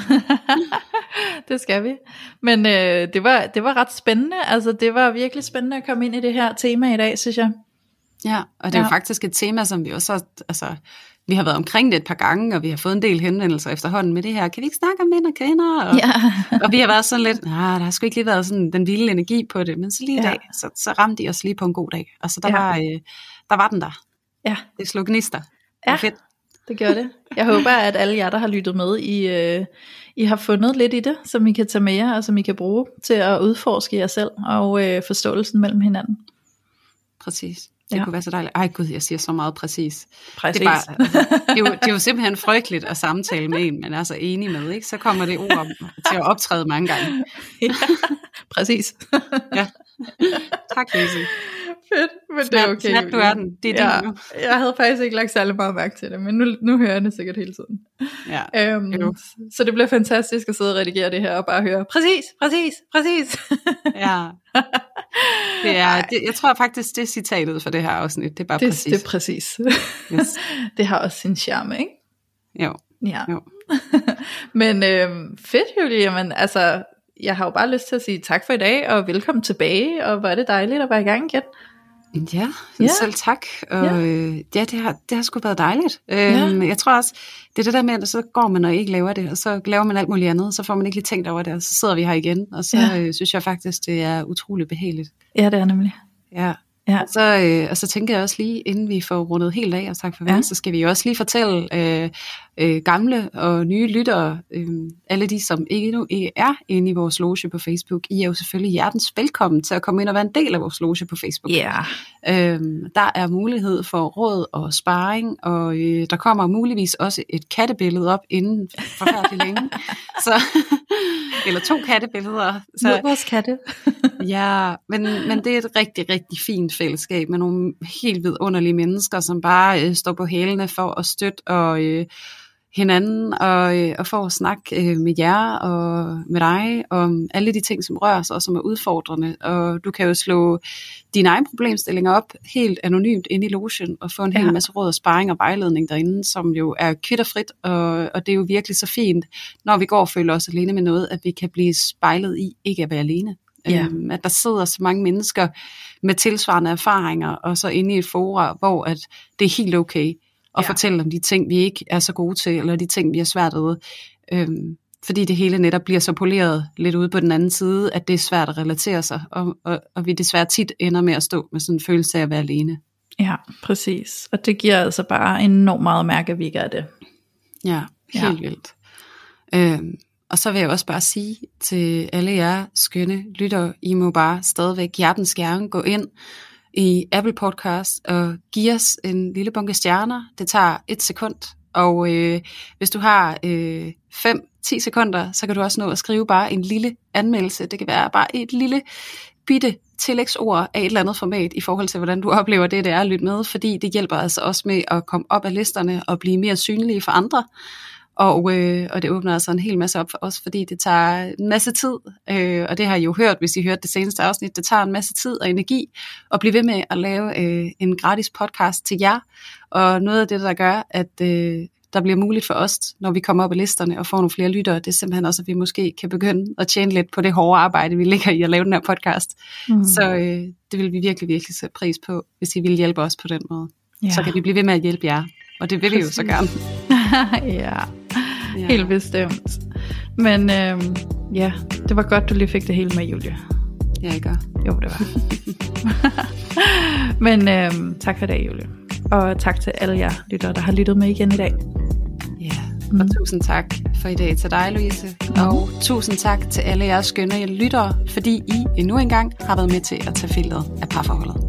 Det skal vi. Men øh, det, var, det var ret spændende. Altså det var virkelig spændende at komme ind i det her tema i dag, synes jeg. Ja, og det er ja. jo faktisk et tema, som vi også, altså, vi har været omkring det et par gange, og vi har fået en del henvendelser efterhånden med det her. Kan vi ikke snakke om mænd og kvinder? Og, ja. og vi har været sådan lidt, nej, der har sgu ikke lige været sådan den vilde energi på det, men så lige i ja. dag, så, så ramte de os lige på en god dag. Altså der, ja. var, øh, der var den der. Ja. Det slog gnister. Det ja, fedt. Det gør det. Jeg håber, at alle jer, der har lyttet med, I, øh, I har fundet lidt i det, som I kan tage med jer, og som I kan bruge til at udforske jer selv, og øh, forståelsen mellem hinanden. Præcis. Det ja. kunne være så dejligt. Ej gud, jeg siger så meget præcis. Præcis. Det er, bare, altså, det, er jo, det er jo simpelthen frygteligt at samtale med en, man er så enig med, ikke? Så kommer det ord til at optræde mange gange. Ja, præcis. Ja. Tak, Lise. Fedt, men det er okay. Snart, du er den. Det er ja, din nu. Jeg havde faktisk ikke lagt særlig meget mærke til det, men nu, nu hører jeg det sikkert hele tiden. Ja, øhm, så det bliver fantastisk at sidde og redigere det her og bare høre, præcis, præcis, præcis. Ja. Det er, det, jeg tror faktisk, det er citatet for det her afsnit. Det er bare det, præcis. Det er præcis. Yes. Det har også sin charme, ikke? Jo. Ja. jo. Men øhm, fedt, Julie. Jamen, altså, jeg har jo bare lyst til at sige tak for i dag, og velkommen tilbage, og hvor er det dejligt at være i gang igen. Ja, ja. selv tak. Og ja, øh, ja det, har, det har sgu været dejligt. Ja. Øhm, jeg tror også, det er det der med, at så går man og ikke laver det, og så laver man alt muligt andet, så får man ikke lige tænkt over det, og så sidder vi her igen, og så ja. øh, synes jeg faktisk, det er utroligt behageligt. Ja, det er nemlig. Ja. Ja. Og, så, øh, og så tænker jeg også lige, inden vi får rundet helt af og sagt farvel, ja. så skal vi jo også lige fortælle øh, øh, gamle og nye lyttere, øh, alle de, som ikke nu ikke er inde i vores loge på Facebook, I er jo selvfølgelig hjertens velkommen til at komme ind og være en del af vores loge på Facebook. Yeah. Øh, der er mulighed for råd og sparring, og øh, der kommer muligvis også et kattebillede op inden forfærdeligt længe. Så, eller to kattebilleder. Så, Med vores katte. Ja, men, men det er et rigtig, rigtig fint fællesskab med nogle helt vidunderlige mennesker, som bare øh, står på hælene for at støtte og, øh, hinanden og, øh, og for at snakke øh, med jer og med dig om alle de ting, som rører sig og som er udfordrende. Og du kan jo slå dine egne problemstillinger op helt anonymt inde i logen og få en hel ja. masse råd og sparring og vejledning derinde, som jo er kvitterfrit, og, og det er jo virkelig så fint, når vi går og føler os alene med noget, at vi kan blive spejlet i ikke at være alene. Ja. Øhm, at der sidder så mange mennesker med tilsvarende erfaringer, og så inde i et fora, hvor at det er helt okay at ja. fortælle om de ting, vi ikke er så gode til, eller de ting, vi er svært ved. Øhm, fordi det hele netop bliver så poleret lidt ude på den anden side, at det er svært at relatere sig, og, og, og vi desværre tit ender med at stå med sådan en følelse af at være alene. Ja, præcis. Og det giver altså bare enormt meget mærke, at vi gør det. Ja, helt ja. vildt. Øhm, Og så vil jeg også bare sige til alle jer skønne lyttere, I må bare stadigvæk hjertens gerne gå ind i Apple Podcast og give os en lille bunke stjerner. Det tager et sekund, og øh, hvis du har øh, fem til ti sekunder, så kan du også nå at skrive bare en lille anmeldelse. Det kan være bare et lille bitte tillægsord af et eller andet format i forhold til, hvordan du oplever det, det er at lytte med, fordi det hjælper altså også med at komme op af listerne og blive mere synlige for andre. Og, øh, og det åbner altså en hel masse op for os, fordi det tager en masse tid, øh, og det har I jo hørt, hvis I hørte det seneste afsnit, det tager en masse tid og energi at blive ved med at lave øh, en gratis podcast til jer, og noget af det, der gør, at øh, der bliver muligt for os, når vi kommer op i listerne og får nogle flere lyttere, det er simpelthen også, at vi måske kan begynde at tjene lidt på det hårde arbejde, vi ligger i at lave den her podcast. Mm. Så øh, det vil vi virkelig, virkelig sætte pris på, hvis I vil hjælpe os på den måde. Ja. Så kan vi blive ved med at hjælpe jer, og det vil vi jo så gerne. Ja. Ja. Helt bestemt. Men øhm, ja, det var godt, du lige fik det hele med, Julie. Ja, ikke? Jo, det var. Men øhm, tak for i dag, Julie. Og tak til alle jer lyttere, der har lyttet med igen i dag. Ja, og mm. tusind tak for i dag til dig, Louise. Mm. Og tusind tak til alle jer skønne lyttere, fordi I endnu engang har været med til at tage filteret af parforholdet.